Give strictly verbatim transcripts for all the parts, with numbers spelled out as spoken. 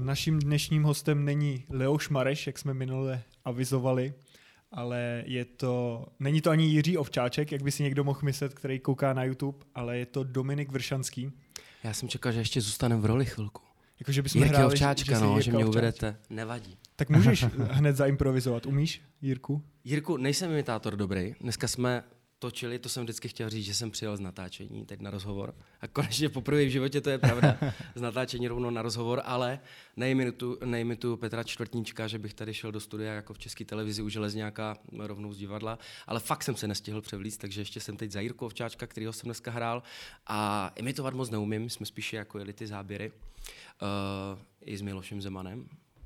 naším dnešním hostem není Leoš Mareš, jak jsme minule avizovali, ale je to, není to ani Jiří Ovčáček, jak by si někdo mohl myslet, který kouká na YouTube, ale je to Dominik Vršanský. Já jsem čekal, že ještě zůstaneme v roli chvilku. Jako, že bychom Jirky hráli, Ovčáčka, že, no, Jirka že mě Ovčáček. uvedete. Nevadí. Tak můžeš hned zaimprovizovat. Umíš, Jirku? Jirku, nejsem imitátor dobrý. Dneska jsme točili, to jsem vždycky chtěl říct, že jsem přijel z natáčení teď na rozhovor. A konečně poprvé v životě to je pravda, z natáčení rovnou na rozhovor, ale neimituju, neimituju Petra Čtvrtníčka, že bych tady šel do studia jako v České televizi u Železňáka rovnou z divadla, ale fakt jsem se nestihl převlíct, takže ještě jsem teď za Jirku Ovčáčka, kterýho jsem dneska hrál, a imitovat moc neumím, jsme spíše jako jeli ty záběry. Uh, I s Milošem Zemanem,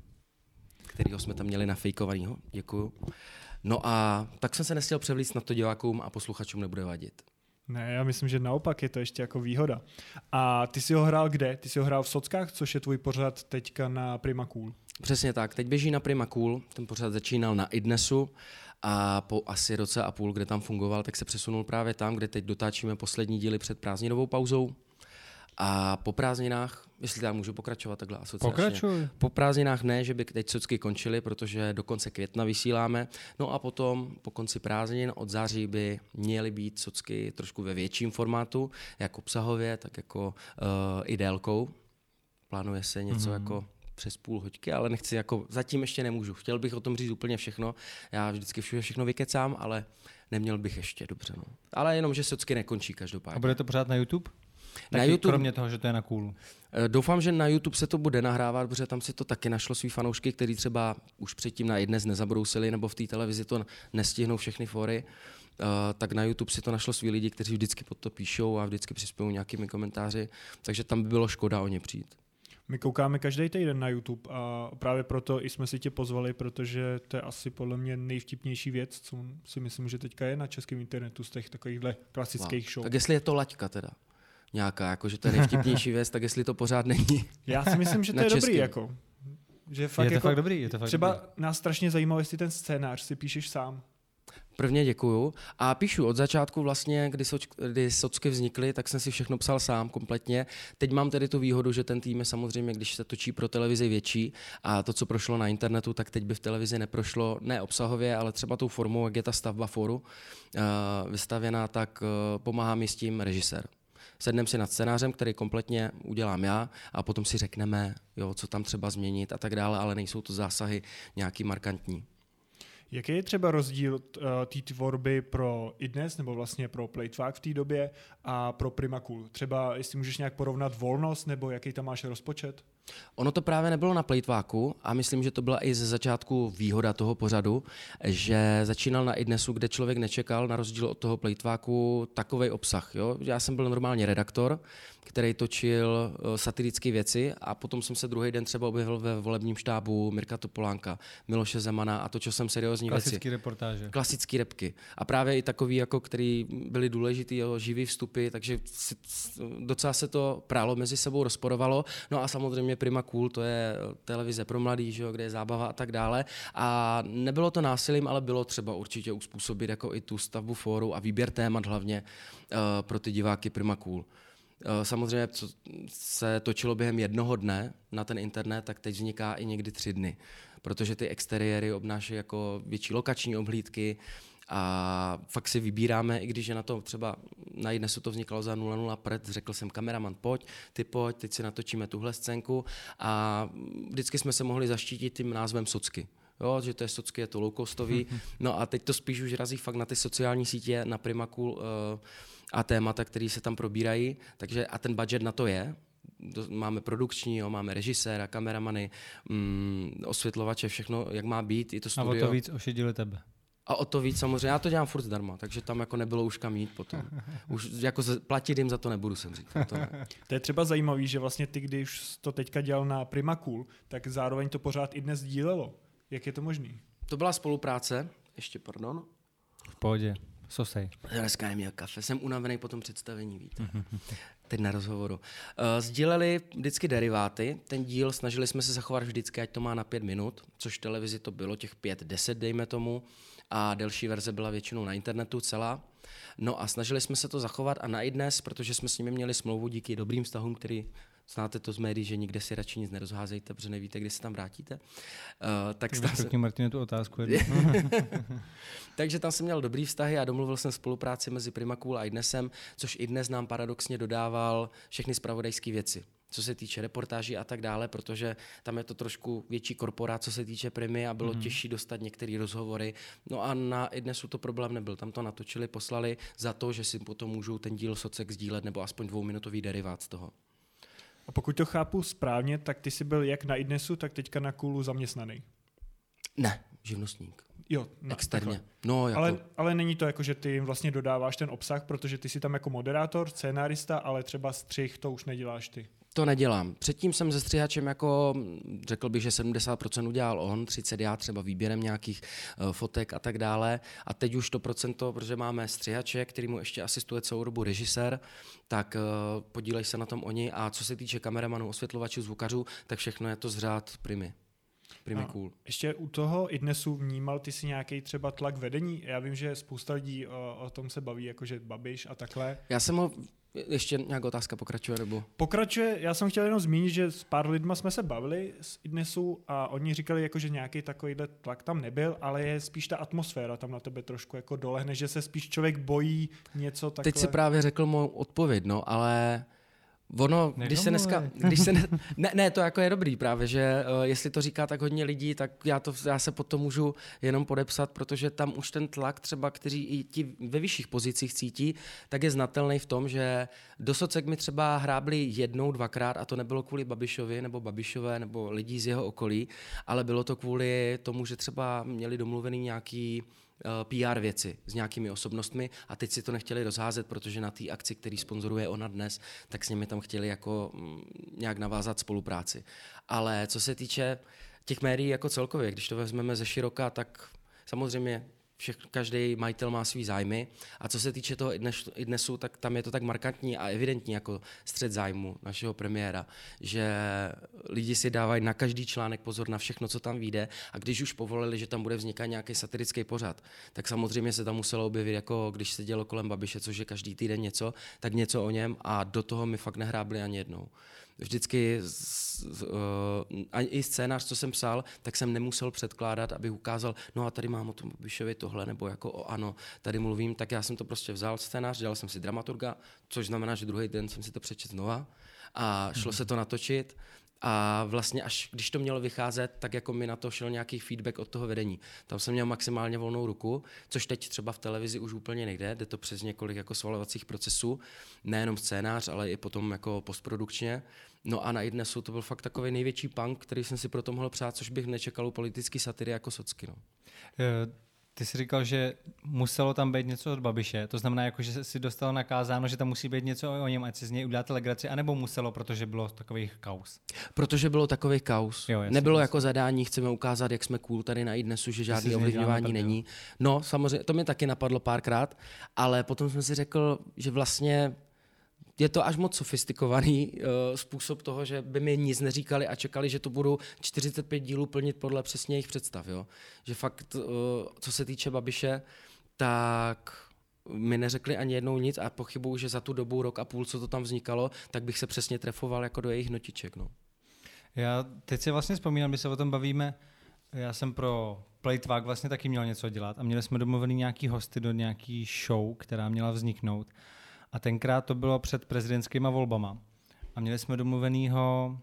kterýho jsme tam měli nafejkovanýho, děkuju. No a tak jsem se nestihl převlíct, na to divákům a posluchačům nebude vadit. Ne, já myslím, že naopak je to ještě jako výhoda. A ty si ho hrál kde? Ty si ho hrál v Sockách, což je tvůj pořad teďka na Prima Cool. Přesně tak, teď běží na Prima Cool, ten pořad začínal na iDnesu a po asi roce a půl, kde tam fungoval, tak se přesunul právě tam, kde teď dotáčíme poslední díly před prázdninovou pauzou. A po prázdninách, jestli tam můžu pokračovat takhle asociačně. Pokračuj. Po prázdninách ne, že by teď socky končily, protože do konce května vysíláme. No a potom po konci prázdnin od září by měly být socky trošku ve větším formátu, jak obsahově, tak jako uh, i délkou. Plánuje se něco mm. jako přes půl hoďky, ale nechci jako, zatím ještě nemůžu. Chtěl bych o tom říct úplně všechno. Já vždycky všude všechno vykecám, ale neměl bych ještě, dobře. No. Ale jenom, že socky nekončí každopádně. A bude to pořád na YouTube? Na Taky YouTube, kromě toho, že to je na Cool. Doufám, že na YouTube se to bude nahrávat, protože tam si to taky našlo svý fanoušky, který třeba už předtím na iDnes nezabrousili, nebo v té televizi to nestihnou všechny fóry. Uh, tak na YouTube si to našlo svý lidi, kteří vždycky pod to píšou a vždycky přispějí nějakými komentáři, takže tam by bylo škoda o ně přijít. My koukáme každý týden na YouTube a právě proto i jsme si tě pozvali, protože to je asi podle mě nejvtipnější věc, co si myslím, že teďka je na českém internetu z těch takovýchhle klasických wow. show. Tak jestli je to laťka teda nějaká, jako že to je nejvtipnější věc, tak jestli to pořád není. Já si myslím, že to je českým. dobrý, jako. Že fakt je to jako, fakt dobrý, je to fakt třeba dobrý. nás strašně zajímalo, jestli ten scénář si píšeš sám. Prvně děkuju a píšu od začátku vlastně, kdy, soč, kdy socky vznikly, tak jsem si všechno psal sám kompletně. Teď mám tedy tu výhodu, že ten tým je samozřejmě, když se točí pro televizi větší a to, co prošlo na internetu, tak teď by v televizi neprošlo, ne obsahově, ale třeba tou formou, jak je ta stavba fóru uh, vystavěná, tak uh, pomáhá mi s tím režisér. Sedneme si nad scénářem, který kompletně udělám já a potom si řekneme, jo, co tam třeba změnit a tak dále, ale nejsou to zásahy nějaký markantní. Jaký je třeba rozdíl uh, té tvorby pro iDnes, nebo vlastně pro Plejtvák v té době a pro Prima Cool? Třeba jestli můžeš nějak porovnat volnost, nebo jaký tam máš rozpočet? Ono to právě nebylo na Plejtváku a myslím, že to byla i ze začátku výhoda toho pořadu, že začínal na iDnesu, kde člověk nečekal, na rozdíl od toho Plejtváku, takovej obsah. Jo? Já jsem byl normálně redaktor, který točil satirické věci a potom jsem se druhý den třeba objevil ve volebním štábu Mirka Topolánka, Miloše Zemana a točil jsem seriózní věci. Klasický reportáže. Klasický repky. A právě i takový, jako, který byly důležitý, jo, živý vstupy, takže si, docela se to prálo mezi sebou, rozporovalo. No a samozřejmě Prima Cool, to je televize pro mladý, že jo, kde je zábava a tak dále. A nebylo to násilím, ale bylo třeba určitě uspůsobit jako i tu stavbu fóru a výběr témat hlavně uh, pro ty diváky Prima Cool. Samozřejmě, co se točilo během jednoho dne na ten internet, tak teď vzniká i někdy tři dny, protože ty exteriéry obnášejí jako větší lokační obhlídky a fakt si vybíráme, i když je na to třeba na iDnesu to vznikalo za nula nula prd, řekl jsem kameraman, pojď, ty pojď, teď si natočíme tuhle scénku a vždycky jsme se mohli zaštítit tím názvem Socky. Jo, že to je socky, je to low-costový. No a teď to spíš už razí fakt na ty sociální sítě, na Prima Cool uh, a témata, které se tam probírají. Takže a ten budget na to je. Máme produkční, jo, máme režiséra, kameramany, mm, osvětlovače, všechno, jak má být, i to studio. A o to víc ošidili tebe. A o to víc samozřejmě, já to dělám furt zdarma, takže tam jako nebylo už kam jít potom. Už jako platit jim za to nebudu, jsem říkal. To, ne. To je třeba zajímavý, že vlastně ty, když to teďka dělal na Prima Cool, tak zároveň to pořád i dnes dílelo. Jak je to možný? To byla spolupráce, ještě pardon. V pohodě, sosej. Dneska neměl kafe, jsem unavený po tom představení, víte. Teď na rozhovoru. Uh, sdíleli vždycky deriváty, ten díl snažili jsme se zachovat vždycky, ať to má na pět minut, což v televizi to bylo těch pět, deset, dejme tomu, a delší verze byla většinou na internetu celá. No a snažili jsme se to zachovat a na iDnes, protože jsme s nimi měli smlouvu díky dobrým vztahům, který Znáte to z médií, že nikde si radši nic nerozházejte, protože nevíte, kdy se tam vrátíte. Uh, tak Tak se... Martine tu otázku. Takže tam jsem měl dobrý vztahy a domluvil jsem spolupráci mezi Prima Cool a iDnesem, což iDnes nám paradoxně dodával všechny zpravodajské věci, co se týče reportáží a tak dále, protože tam je to trošku větší korporát, co se týče Primy a bylo mm. těžší dostat některé rozhovory. No a na iDnesu to problém nebyl. Tam to natočili, poslali za to, že si potom můžou ten díl Socek sdílet nebo aspoň dvouminutový derivát z toho. A pokud to chápu správně, tak ty jsi byl jak na iDnesu, tak teďka na Coolu zaměstnaný. Ne, živnostník. Jo, na, externě. No, jako... ale, ale není to jako, že ty jim vlastně dodáváš ten obsah, protože ty jsi tam jako moderátor, scénárista, ale třeba střih to už neděláš ty. To nedělám. Předtím jsem se střihačem jako, řekl bych, že sedmdesát procent udělal on, třicet já třeba výběrem nějakých uh, fotek a tak dále. A teď už to procento, protože máme střihače, který mu ještě asistuje celou dobu režisér, tak uh, podílej se na tom oni. A co se týče kameramanů, osvětlovačů, zvukařů, tak všechno je to z řád Primy. Primy Cool. Ještě u toho iDnesu vnímal ty si nějaký třeba tlak vedení? Já vím, že spousta lidí o, o tom se baví, jakože Babiš a takhle. Já jsem ho... Ještě nějaká otázka pokračuje, nebo? Pokračuje, já jsem chtěl jenom zmínit, že s pár lidma jsme se bavili z iDnesu a oni říkali, jako, že nějaký takovýhle tlak tam nebyl, ale je spíš ta atmosféra tam na tebe trošku jako dolehne, že se spíš člověk bojí něco takhle. Teď si právě řekl mou odpověď, no, ale... Ono, když se dneska, když se ne, ne, ne, to jako je dobrý právě, že uh, jestli to říká tak hodně lidí, tak já, to, já se pod to můžu jenom podepsat, protože tam už ten tlak třeba, kteří i ti ve vyšších pozicích cítí, tak je znatelný v tom, že do Socek mi třeba hrábli jednou, dvakrát a to nebylo kvůli Babišovi nebo Babišové nebo lidí z jeho okolí, ale bylo to kvůli tomu, že třeba měli domluvený nějaký P R věci s nějakými osobnostmi a teď si to nechtěli rozházet, protože na té akci, který sponzoruje ona dnes, tak s nimi tam chtěli jako nějak navázat spolupráci. Ale co se týče těch médií jako celkově, když to vezmeme ze široka, tak samozřejmě všech, každý majitel má svý zájmy a co se týče toho iDnesu, tak tam je to tak markantní a evidentní jako střet zájmu našeho premiéra, že lidi si dávají na každý článek pozor na všechno, co tam vyjde a když už povolili, že tam bude vznikat nějaký satirický pořad, tak samozřejmě se tam muselo objevit, jako když se dělo kolem Babiše, což je každý týden něco, tak něco o něm a do toho mi fakt nehrábli ani jednou. Vždycky z, z, uh, ani i scénář, co jsem psal, tak jsem nemusel předkládat, abych ukázal, no a tady mám o tom Babišovi tohle, nebo jako o ano, tady mluvím, tak já jsem to prostě vzal scénář, dělal jsem si dramaturga, což znamená, že druhý den jsem si to přečet znova a šlo hmm. se to natočit. A vlastně až když to mělo vycházet, tak jako mi na to šel nějaký feedback od toho vedení. Tam jsem měl maximálně volnou ruku, což teď třeba v televizi už úplně nejde, jde to přes několik jako svalovacích procesů, nejenom scénář, ale i potom jako postprodukčně. No a na iDnesu to byl fakt takový největší punk, který jsem si proto mohl přát, což bych nečekal u politický satiry jako Socky. No. Ty jsi říkal, že muselo tam být něco od Babiše, to znamená, jako, že jsi dostal nakázáno, že tam musí být něco o něm, ať si z něj uděláte legraci, anebo muselo, protože bylo takových kauz? Protože bylo takových kauz. Jo, jasný, Nebylo jasný. jako zadání, chceme ukázat, jak jsme cool tady na iDnesu, že žádný ovlivňování není. No, samozřejmě, to mě taky napadlo párkrát, ale potom jsem si řekl, že vlastně je to až moc sofistikovaný uh, způsob toho, že by mi nic neříkali a čekali, že to budu čtyřicet pět dílů plnit podle přesně jejich představ. Jo? Že fakt, uh, co se týče Babiše, tak mi neřekli ani jednou nic a pochybuju, že za tu dobu, rok a půl, co to tam vznikalo, tak bych se přesně trefoval jako do jejich notiček. No. Já teď si vlastně vzpomínám, když se o tom bavíme, já jsem pro Playtvák vlastně taky měl něco dělat a měli jsme domluvený nějaký hosty do nějaký show, která měla vzniknout. A tenkrát to bylo před prezidentskýma volbama. A měli jsme domluvenýho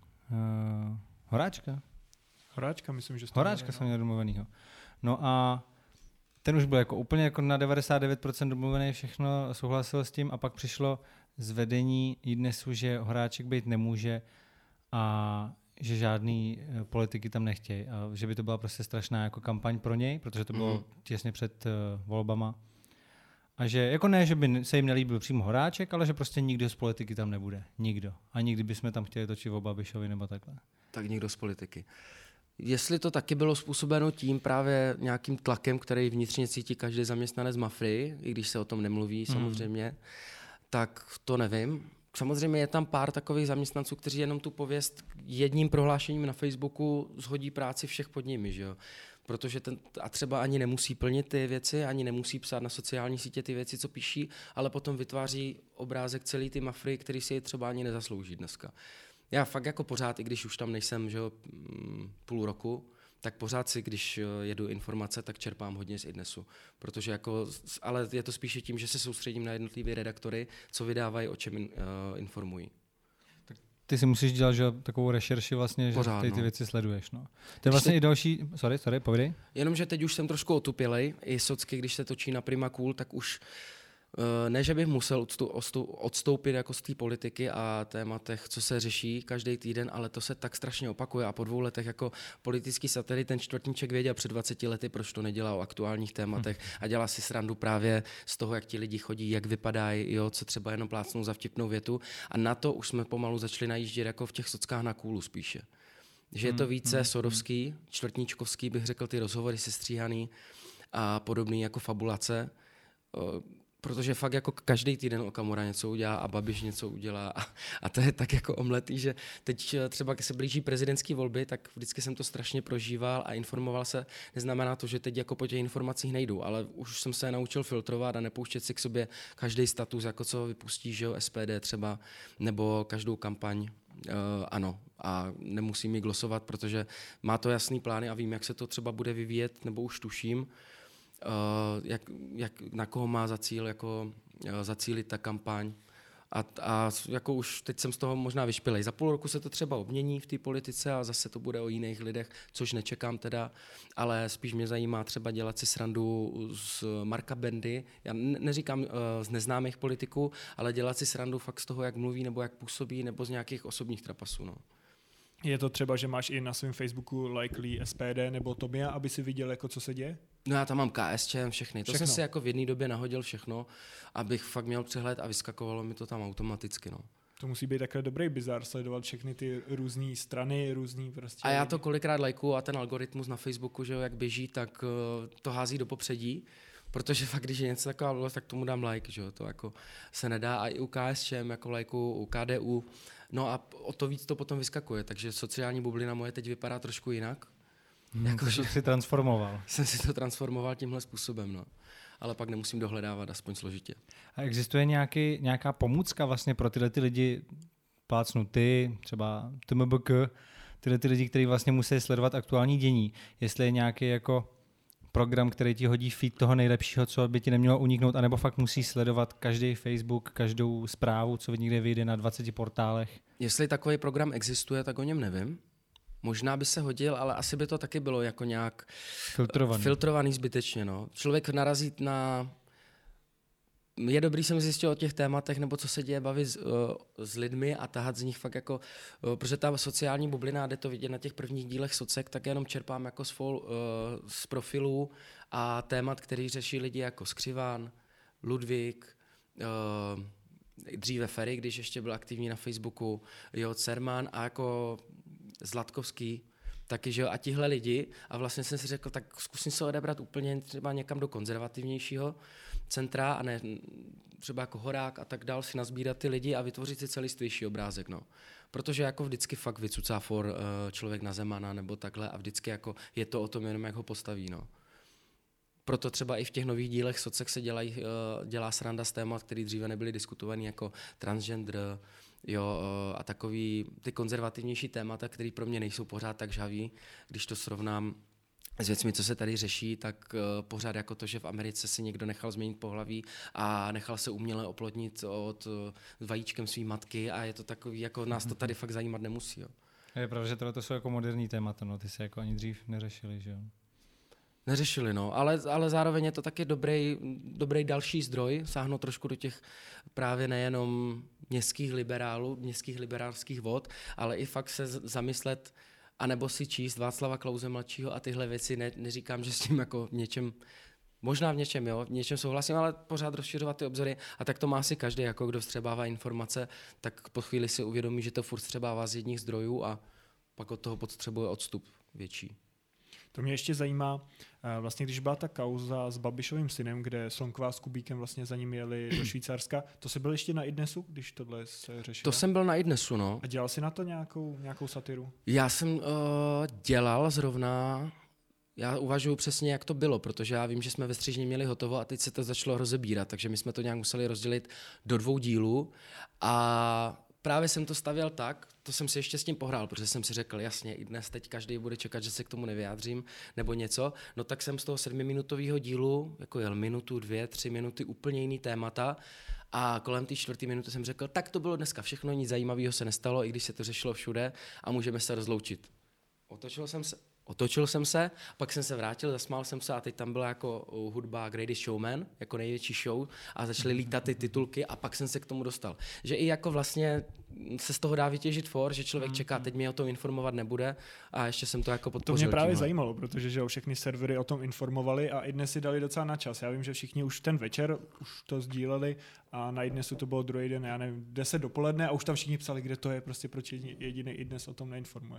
uh, Horáčka. Horáčka, myslím, že jste Horáčka jsme měli domluvenýho. No a ten už byl jako úplně jako na devadesát devět procent domluvený, všechno souhlasil s tím a pak přišlo z vedení iDnesu, že Horáček být nemůže a že žádný politiky tam nechtějí. A že by to byla prostě strašná jako kampaň pro něj, protože to bylo mm. těsně před uh, volbama. A že jako ne, že by se jim nelíbil přímo Horáček, ale že prostě nikdo z politiky tam nebude. Nikdo. A nikdy bychom tam chtěli točit o Babišovi nebo takhle. Tak nikdo z politiky. Jestli to taky bylo způsobeno tím právě nějakým tlakem, který vnitřně cítí každý zaměstnanec Mafry, i když se o tom nemluví hmm. samozřejmě, tak to nevím. Samozřejmě je tam pár takových zaměstnanců, kteří jenom tu pověst jedním prohlášením na Facebooku zhodí práci všech pod nimi, že jo. Protože ten, a třeba ani nemusí plnit ty věci, ani nemusí psát na sociální sítě ty věci, co píší, ale potom vytváří obrázek celý ty Mafry, který si je třeba ani nezaslouží dneska. Já fakt jako pořád, i když už tam nejsem, že jo, půl roku, tak pořád si, když jedu informace, tak čerpám hodně z iDnesu. Protože jako, ale je to spíše tím, že se soustředím na jednotlivý redaktory, co vydávají, o čem uh, informují. Ty si musíš dělat, že takovou rešerši vlastně, že Pořád, ty, ty no. věci sleduješ. No. To je vlastně se... i další, sorry, sorry, povídej. Jenomže teď už jsem trošku otupělej, i socky, když se točí na Prima Cool, tak už ne, že bych musel odstoupit jako z té politiky a tématech, co se řeší každý týden, ale to se tak strašně opakuje a po dvou letech jako politický satelit ten čtvrtníček věděl před dvaceti lety, proč to nedělá o aktuálních tématech a dělá si srandu právě z toho, jak ti lidi chodí, jak vypadají, jo, co třeba jenom plácnou za vtipnou větu a na to už jsme pomalu začali najíždět jako v těch sockách na Coolu spíše. Že je to více hmm, sodovský, čtvrtníčkovský, bych řekl, ty rozhovory sestříhaný a podobný jako fabulace. Protože fakt jako každý týden Okamura něco udělá a Babiš něco udělá a, a to je tak jako omletý, že teď třeba, když se blíží prezidentské volby, tak vždycky jsem to strašně prožíval a informoval se. Neznamená to, že teď jako po těch informacích nejdu, ale už jsem se naučil filtrovat a nepouštět si k sobě každý status, jako co vypustí, že jo, S P D třeba, nebo každou kampaň. Uh, ano, a nemusím ji glosovat, protože má to jasný plány a vím, jak se to třeba bude vyvíjet, nebo už tuším. Uh, jak, jak, na koho má za cíl, jako, uh, zacílit ta kampaň. A, a jako už teď jsem z toho možná vyšpilej. Za půl roku se to třeba obmění v té politice a zase to bude o jiných lidech, což nečekám teda, ale spíš mě zajímá třeba dělat si srandu z Marka Bendy. Já neříkám uh, z neznámých politiků, ale dělat si srandu fakt z toho, jak mluví nebo jak působí, nebo z nějakých osobních trapasů. No. Je to třeba, že máš i na svém Facebooku lajklí S P D nebo Tomia, aby si viděl, jako co se děje? No já tam mám K S Č M, všechny. To všechno. jsem si jako v jedné době nahodil všechno, abych fakt měl přehled a vyskakovalo mi to tam automaticky. No. To musí být takhle dobrý bizar, sledovat všechny ty různé strany, různý prostě. A já to kolikrát lajkuju a ten algoritmus na Facebooku, že jo, jak běží, tak uh, to hází do popředí, protože fakt, když je něco takového, tak tomu dám like, že jo, to jako se nedá. A i u K S Č M jako lajku, u K D U, no a o to víc to potom vyskakuje, takže sociální bublina moje teď vypadá trošku jinak. Hmm, jako, že si transformoval. Jsem si to transformoval tímhle způsobem, no. Ale pak nemusím dohledávat aspoň složitě. A existuje nějaký, nějaká pomůcka vlastně pro tyhle ty lidi, plácnu ty, třeba T M B K, tyhle ty lidi, kteří vlastně musí sledovat aktuální dění, jestli je nějaký jako program, který ti hodí feed toho nejlepšího, co by ti nemělo uniknout, anebo fakt musí sledovat každý Facebook, každou zprávu, co někde vyjde na dvaceti portálech? Jestli takový program existuje, tak o něm nevím. Možná by se hodil, ale asi by to taky bylo jako nějak filtrovaný, filtrovaný zbytečně. No. Člověk narazí na... Je dobrý jsem zjistil o těch tématech, nebo co se děje, bavit s, uh, s lidmi a tahat z nich fakt jako... Uh, protože ta sociální bublina, jde to vidět na těch prvních dílech socek, tak jenom čerpám jako z, fol, uh, z profilů a témat, který řeší lidi jako Skřiván, Ludvík, uh, dříve Ferry, když ještě byl aktivní na Facebooku, jo, Cerman a jako Zlatkovský, taky, že jo, a tihle lidi a vlastně jsem si řekl, tak zkusím se odebrat úplně třeba někam do konzervativnějšího centra a ne třeba jako Horák a tak dál si nazbírat ty lidi a vytvořit si celistvější obrázek, no. Protože jako vždycky fakt vycucá for uh, člověk na Zemana nebo takhle a vždycky jako je to o tom jenom, jak ho postaví, no. Proto třeba i v těch nových dílech socek se dělají, uh, dělá sranda z témat, které dříve nebyly diskutovaný, jako transgender, jo, a takový ty konzervativnější témata, které pro mě nejsou pořád tak žhaví, když to srovnám s věcmi, co se tady řeší, tak uh, pořád jako to, že v Americe si někdo nechal změnit pohlaví a nechal se uměle oplodnit od uh, vajíčkem své matky a je to takový, jako nás to tady fakt zajímat nemusí. Jo. Je pravda, že tohle jsou jako moderní témata, no, ty se jako ani dřív neřešili, že jo? Neřešili, no, ale, ale zároveň je to taky dobrý, dobrý další zdroj, sáhnout trošku do těch právě nejenom městských liberálů, městských liberálských vod, ale i fakt se zamyslet, anebo si číst Václava Klause mladšího a tyhle věci, ne, neříkám, že s tím jako v něčem, možná v něčem, jo, v něčem souhlasím, ale pořád rozšiřovat ty obzory a tak to má si každý, jako kdo vstřebává informace, tak po chvíli si uvědomí, že to furt vstřebává z jedních zdrojů a pak od toho potřebuje odstup větší. To mě ještě zajímá, vlastně když byla ta kauza s Babišovým synem, kde Slonková s Kubíkem vlastně za ním jeli do Švýcarska, to se byl ještě na iDnesu, když tohle se řešilo? To jsem byl na iDnesu, no. A dělal jsi na to nějakou, nějakou satiru? Já jsem uh, dělal zrovna, já uvažuji přesně, jak to bylo, protože já vím, že jsme ve Střižně měli hotovo a teď se to začalo rozebírat, takže my jsme to nějak museli rozdělit do dvou dílů a právě jsem to stavěl tak, to jsem si ještě s tím pohrál, protože jsem si řekl, jasně, i dnes teď každý bude čekat, že se k tomu nevyjádřím, nebo něco, no tak jsem z toho sedmiminutového dílu, jako jel minutu, dvě, tři minuty, úplně jiný témata a kolem té čtvrté minuty jsem řekl, tak to bylo dneska všechno, nic zajímavého se nestalo, i když se to řešilo všude a můžeme se rozloučit. Otočil jsem se, Otočil jsem se, pak jsem se vrátil, zasmál jsem se a teď tam byla jako hudba Greatest Showman, jako největší show a začaly lítat ty titulky a pak jsem se k tomu dostal. Že i jako vlastně se z toho dá vytěžit for, že člověk čeká, teď mě o tom informovat nebude a ještě jsem to jako podpořil. To mě právě tímhle. zajímalo, protože že všechny servery o tom informovali a i dnes si dali docela na čas. Já vím, že všichni už ten večer už to sdíleli a na iDnesu to bylo druhý den, já nevím, deset dopoledne a už tam všichni psali, kde to je, prostě proč jediný iDnes o tom neinformuje.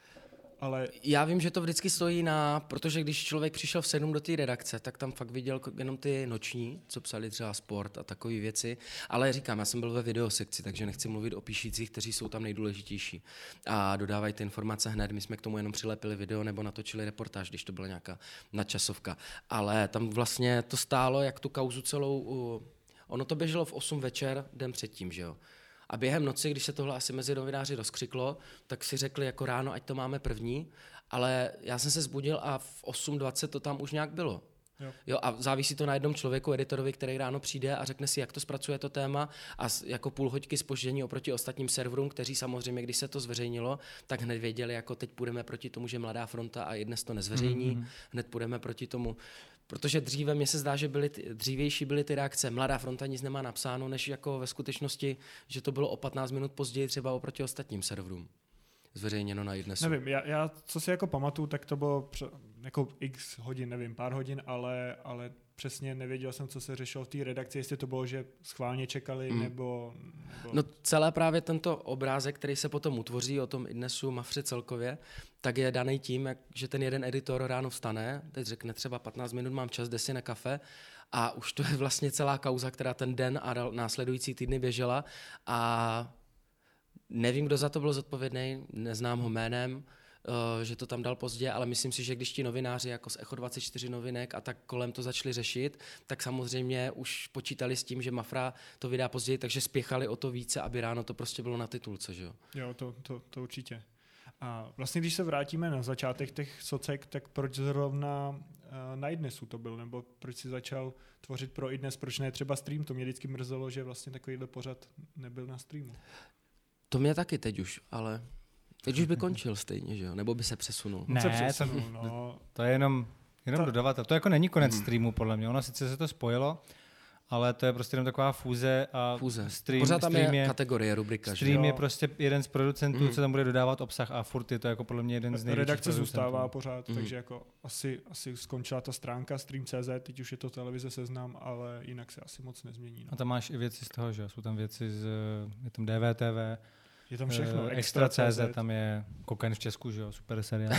Ale... Já vím, že to vždycky stojí na, protože když člověk přišel v sedm do té redakce, tak tam fakt viděl jenom ty noční, co psali třeba sport a takové věci, ale říkám, já jsem byl ve videosekci, takže nechci mluvit o píšících, kteří jsou tam nejdůležitější a dodávají ty informace hned, my jsme k tomu jenom přilepili video nebo natočili reportáž, když to byla nějaká nadčasovka, ale tam vlastně to stálo, jak tu kauzu celou, ono to běželo v osm večer, den předtím, že jo. A během noci, když se tohle asi mezi novináři rozkřiklo, tak si řekli jako ráno, ať to máme první, ale já jsem se zbudil a v osm dvacet to tam už nějak bylo. Jo. Jo, a závisí to na jednom člověku, editorovi, který ráno přijde a řekne si, jak to zpracuje to téma a jako půl hoďky zpoždění oproti ostatním serverům, kteří samozřejmě, když se to zveřejnilo, tak hned věděli, jako teď půjdeme proti tomu, že Mladá fronta a iDnes to nezveřejní, mm-hmm. hned půjdeme proti tomu. Protože dříve mně se zdá, že byly ty, dřívější byly ty reakce. Mladá fronta nic nemá napsáno, než jako ve skutečnosti, že to bylo o patnáct minut později třeba oproti ostatním serverům. Zveřejněno na iDnesu. Nevím, já, já co si jako pamatuju, tak to bylo pře- jako x hodin, nevím, pár hodin, ale, ale přesně nevěděl jsem, co se řešilo v té redakci, jestli to bylo, že schválně čekali, mm. nebo, nebo... No celé právě tento obrázek, který se potom utvoří o tom iDnesu, Mafře celkově, tak je daný tím, jak, že ten jeden editor ráno vstane, teď řekne třeba patnáct minut, mám čas, jde si na kafe a už to je vlastně celá kauza, která ten den a následující týdny běžela a nevím, kdo za to byl zodpovědný, neznám ho jménem, uh, že to tam dal pozdě, ale myslím si, že když ti novináři jako z Echo dvacet čtyři novinek a tak kolem to začali řešit, tak samozřejmě už počítali s tím, že Mafra to vydá později, takže spěchali o to více, aby ráno to prostě bylo na titulce, že jo? Jo, to, to, to určitě. A vlastně, když se vrátíme na začátek těch socek, tak proč zrovna uh, na iDnesu to byl, nebo proč si začal tvořit pro iDnes, proč ne třeba stream? To mě vždycky mrzelo, že vlastně takovýhle pořad nebyl na streamu. To mě taky teď už, ale teď už by končil stejně, že jo? Nebo by se přesunul. Ne, se přesunul, to, no. to je jenom, jenom to... dodavatel. To jako není konec streamu, podle mě. Ono sice se to spojilo, ale to je prostě jenom taková fúze a fúze. stream, Pořád tam stream je, je kategorie, rubrika. Stream že? je prostě jeden z producentů, mm. co tam bude dodávat obsah a furt je to jako podle mě jeden z největších redakce producentů. zůstává pořád, Mm. takže jako asi, asi skončila ta stránka stream tečka cé zet, teď už je to televize Seznam, ale jinak se asi moc nezmění. No. A tam máš i věci z toho, že jsou tam věci z, je tam D V T V, Je tam všechno. Uh, Extra Extra tečka cé zet, tam je Kokain v Česku, že jo, super seriál.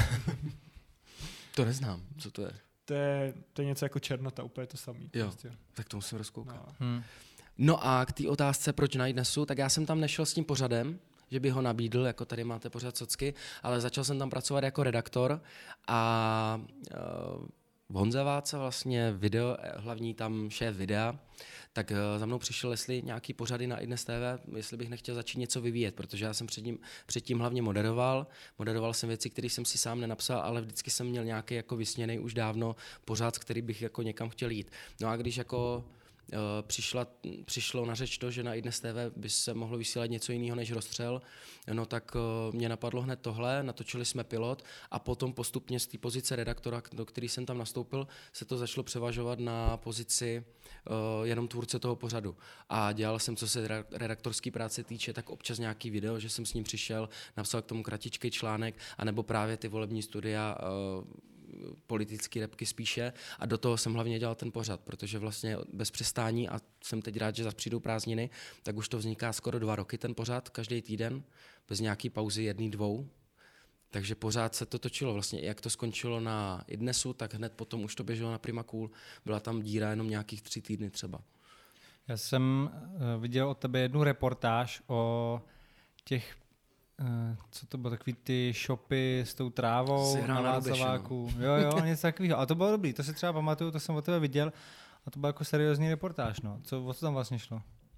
To neznám, co to je. To je, to je něco jako Černota, úplně to samý. Jo, prostě. tak to musím rozkoukat. No. Hmm. No a k té otázce, proč na iDnesu, tak já jsem tam nešel s tím pořadem, že by ho nabídl, jako tady máte pořad socky, ale začal jsem tam pracovat jako redaktor a uh, Honza Váca, vlastně video, hlavní tam šéf videa, tak uh, za mnou přišel, jestli nějaký pořady na iDnes T V, jestli bych nechtěl začít něco vyvíjet, protože já jsem před ním, předtím hlavně moderoval, moderoval jsem věci, které jsem si sám nenapsal, ale vždycky jsem měl nějaký jako vysněný už dávno pořád, který bych jako někam chtěl jít. No a když jako Uh, přišla, přišlo na řeč to, že na iDnes T V by se mohlo vysílat něco jiného než rozstřel, no tak uh, mě napadlo hned tohle, natočili jsme pilot a potom postupně z té pozice redaktora, do který jsem tam nastoupil, se to začalo převažovat na pozici uh, jenom tvůrce toho pořadu. A dělal jsem, co se redaktorské práce týče, tak občas nějaký video, že jsem s ním přišel, napsal k tomu kratičký článek, anebo právě ty volební studia uh, politické repky spíše a do toho jsem hlavně dělal ten pořad, protože vlastně bez přestání a jsem teď rád, že zase přijdou prázdniny, tak už to vzniká skoro dva roky ten pořad, každý týden, bez nějaký pauzy jedný, dvou. Takže pořád se to točilo. Vlastně jak to skončilo na iDnesu, tak hned potom už to běželo na Prima Cool. Byla tam díra jenom nějakých tři týdny třeba. Já jsem uh, viděl od tebe jednu reportáž o těch Uh, co to bylo, takový ty shopy s tou trávou na Václaváku. Jo, jo, něco takového. A to bylo dobrý, to si třeba pamatuju, to jsem od tebe viděl a to byla jako seriózní reportáž. No. Co, o co tam vlastně šlo?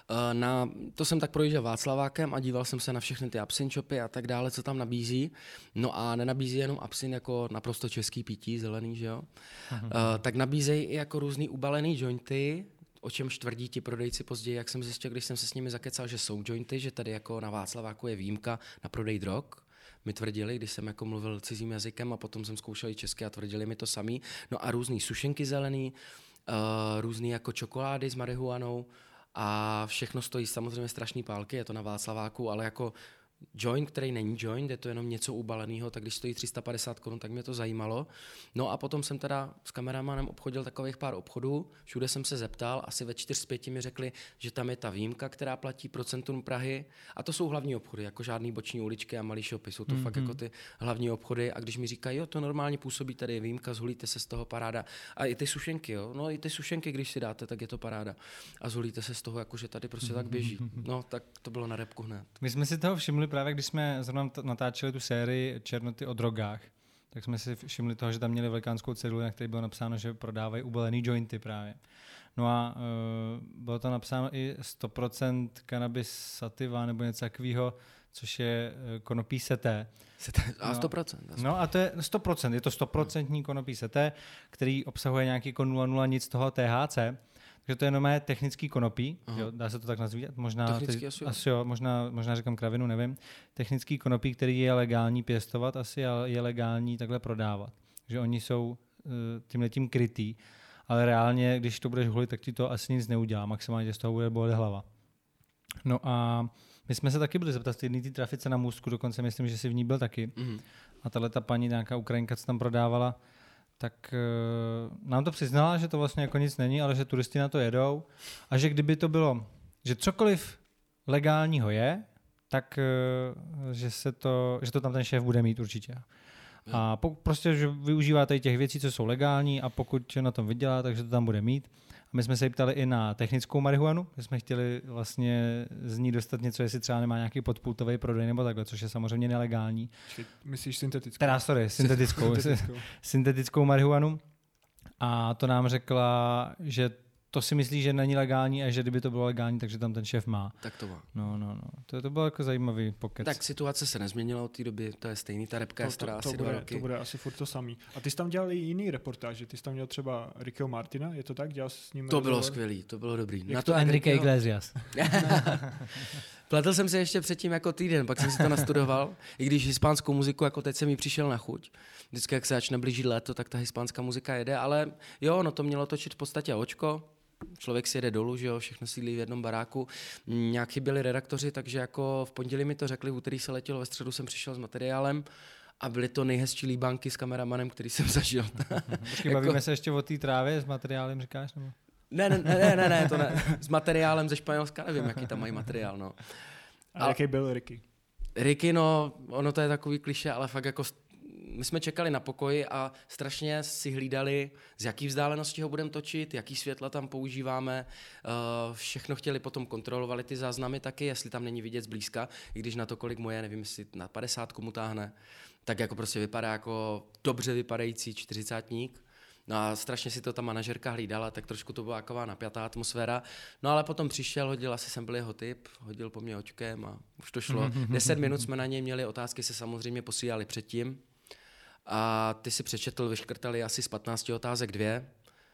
Na, to jsem tak projížděl Václavákem a díval jsem se na všechny ty absint shopy a tak dále, co tam nabízí. No a nenabízí jenom absint jako naprosto český pití, zelený, že jo? Uh, tak nabízejí i jako různý ubalený jointy, o čemž tvrdí ti prodejci později, jak jsem zjistil, když jsem se s nimi zakecal, že jsou jointy, že tady jako na Václaváku je výjimka na prodej drog. Mi tvrdili, když jsem jako mluvil cizím jazykem a potom jsem zkoušel i česky a tvrdili mi to samý. No a různý sušenky zelený, uh, různý jako čokolády s marihuanou a všechno stojí samozřejmě strašný pálky, je to na Václaváku, ale jako joint, který není joint, je to jenom něco ubaleného, tak když stojí tři sta padesát korun, tak mě to zajímalo. No a potom jsem teda s kameramanem obchodil takových pár obchodů, všude jsem se zeptal, asi ve čtyř z pěti mi řekli, že tam je ta výjimka, která platí pro centrum Prahy a to jsou hlavní obchody, jako žádný boční uličky a malý shopy, jsou to mm-hmm. fakt jako ty hlavní obchody a když mi říkají, jo, to normálně působí, tady je výjimka, zhulíte se z toho, paráda. A i ty sušenky, jo, no i ty sušenky, když si dáte, tak je to paráda. A zhulíte se z toho, jako že tady prostě tak běží. No, tak to bylo na repku hned. My jsme si toho všimli právě, když jsme zrovna natáčeli tu sérii Černoty o drogách, tak jsme si všimli toho, že tam měli velikánskou ceduli, na které bylo napsáno, že prodávají ubalený jointy právě. No a uh, bylo tam napsáno i sto procent cannabis sativa nebo něco takového, což je uh, konopí seté. A sto procent. No, no a to je sto procent, je to sto procent konopí seté, který obsahuje nějaký jako nula nula nic toho T H C. Takže to je jenom technický konopí, jo, dá se to tak nazvat, možná, teď, asi, jo. asi jo, možná, možná říkám kravinu, nevím. Technický konopí, který je legální pěstovat asi, ale je legální takhle prodávat. Takže oni jsou uh, tímhletím krytý, ale reálně, když to budeš hulit, tak ti to asi nic neudělá, maximálně z toho bude bolet hlava. No a my jsme se taky byli zeptat v jedné té trafice na Můstku, dokonce myslím, že jsi v ní byl taky. Mm-hmm. A tahle ta paní, nějaká Ukrajinka, co tam prodávala, tak uh, nám to přiznala, že to vlastně jako nic není, ale že turisti na to jedou a že kdyby to bylo, že cokoliv legálního je, tak uh, že, se to, že to tam ten šéf bude mít určitě. A po, prostě, že využívá tady těch věcí, co jsou legální a pokud na tom vydělá, takže to tam bude mít. A my jsme se ptali i na technickou marihuanu, že jsme chtěli vlastně z ní dostat něco, jestli třeba nemá nějaký podpultový prodej nebo takhle, což je samozřejmě nelegální. Myslíš syntetickou? Teda, sorry, syntetickou, syntetickou. syntetickou marihuanu. A to nám řekla, že to si myslí, že není legální a že kdyby to bylo legální, takže tam ten šéf má. Tak to má. No, no, no. To, to bylo jako zajímavý pokec. Tak situace se nezměnila od té doby, to je stejný, ta repka je stará asi bude, dva roky. To bude asi furt to samý. A ty jsi tam dělal i jiný reportáže, ty jsi tam měl třeba Rickyho Martina, je to tak? Dělal jsi s ním To bylo rozhovor? skvělý, to bylo dobrý. Jak Na to Enrique Iglesias. Pletl jsem se ještě předtím jako týden, pak jsem si to nastudoval, i když hispánskou muziku, jako teď jsem mi přišel na chuť. Vždycky, jak se začne blížit léto, tak ta hispánská muzika jede, ale jo, no to mělo točit v podstatě očko. Člověk si jede dolů, že jo, všechno sídlí v jednom baráku. Nějak chyběli redaktoři, takže jako v pondělí mi to řekli, v úterý se letělo, ve středu jsem přišel s materiálem a byly to nejhezčí líbánky s kameramanem, který jsem zažil. Počkej, jako... bavíme se ještě o té trávě s materiálem, říkáš? Nebo? Ne, ne, ne, ne, ne, to ne. S materiálem ze Španělska, nevím, jaký tam mají materiál, no. A, a jaký byl Ricky? Ricky, no, ono to je takový klišé, ale fakt jako my jsme čekali na pokoji a strašně si hlídali, z jaký vzdálenosti ho budeme točit, jaký světla tam používáme. Všechno chtěli, potom kontrolovali ty záznamy taky, jestli tam není vidět zblízka, i když na to, kolik mu je, nevím, jestli na padesátku mu táhne, tak jako prostě vypadá jako dobře vypadající čtyřicátník. No a strašně si to ta manažerka hlídala, tak trošku to byla taková napjatá atmosféra. No ale potom přišel, hodil, asi jsem byl jeho typ, hodil po mě očkem a už to šlo. Deset minut jsme na něj měli, otázky se samozřejmě posílali předtím. A ty si přečetl, vyškrtali asi z patnácti otázek dvě.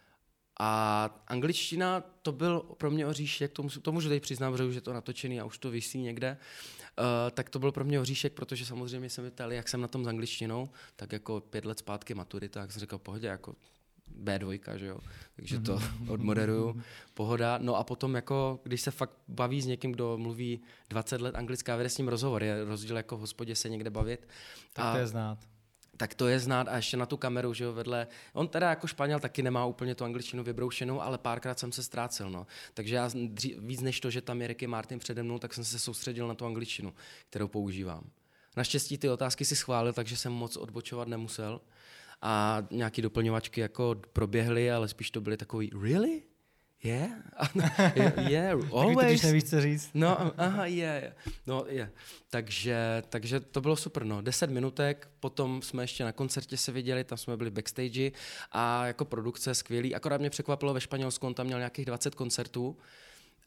A angličtina, to byl pro mě oříšek, to, to můžu teď přiznat, že už je to natočený a už to visí někde, uh, tak to byl pro mě oříšek, protože samozřejmě jsem ptali, jak jsem na tom s angličtinou, tak jako pět let zpátky maturita, tak jsem říkal, pohodě, jako bé dva, že jo, takže to odmoderuju, pohoda. No a potom jako, když se fakt baví s někým, kdo mluví dvacet let anglická, vede s ním rozhovor, je rozdíl jako v hospodě se někde bavit. Tak a, to je znát. Tak to je znát a ještě na tu kameru, že jo, vedle. On teda jako Španěl taky nemá úplně tu angličtinu vybroušenou, ale párkrát jsem se ztrácel, no. Takže já dří, víc než to, že tam je Ricky Martin přede mnou, tak jsem se soustředil na tu angličtinu, kterou používám. Naštěstí ty otázky si schválil, takže jsem moc odbočovat nemusel. A nějaký doplňovačky jako proběhly, ale spíš to byly takový really? Yeah? yeah, always. Když nevíš, co říct. No, aha, je, yeah, yeah. no, je. Yeah. Takže, takže to bylo super, no. Deset minutek, potom jsme ještě na koncertě se viděli, tam jsme byli backstage a jako produkce skvělý. Akorát mě překvapilo ve Španělsku, on tam měl nějakých dvacet koncertů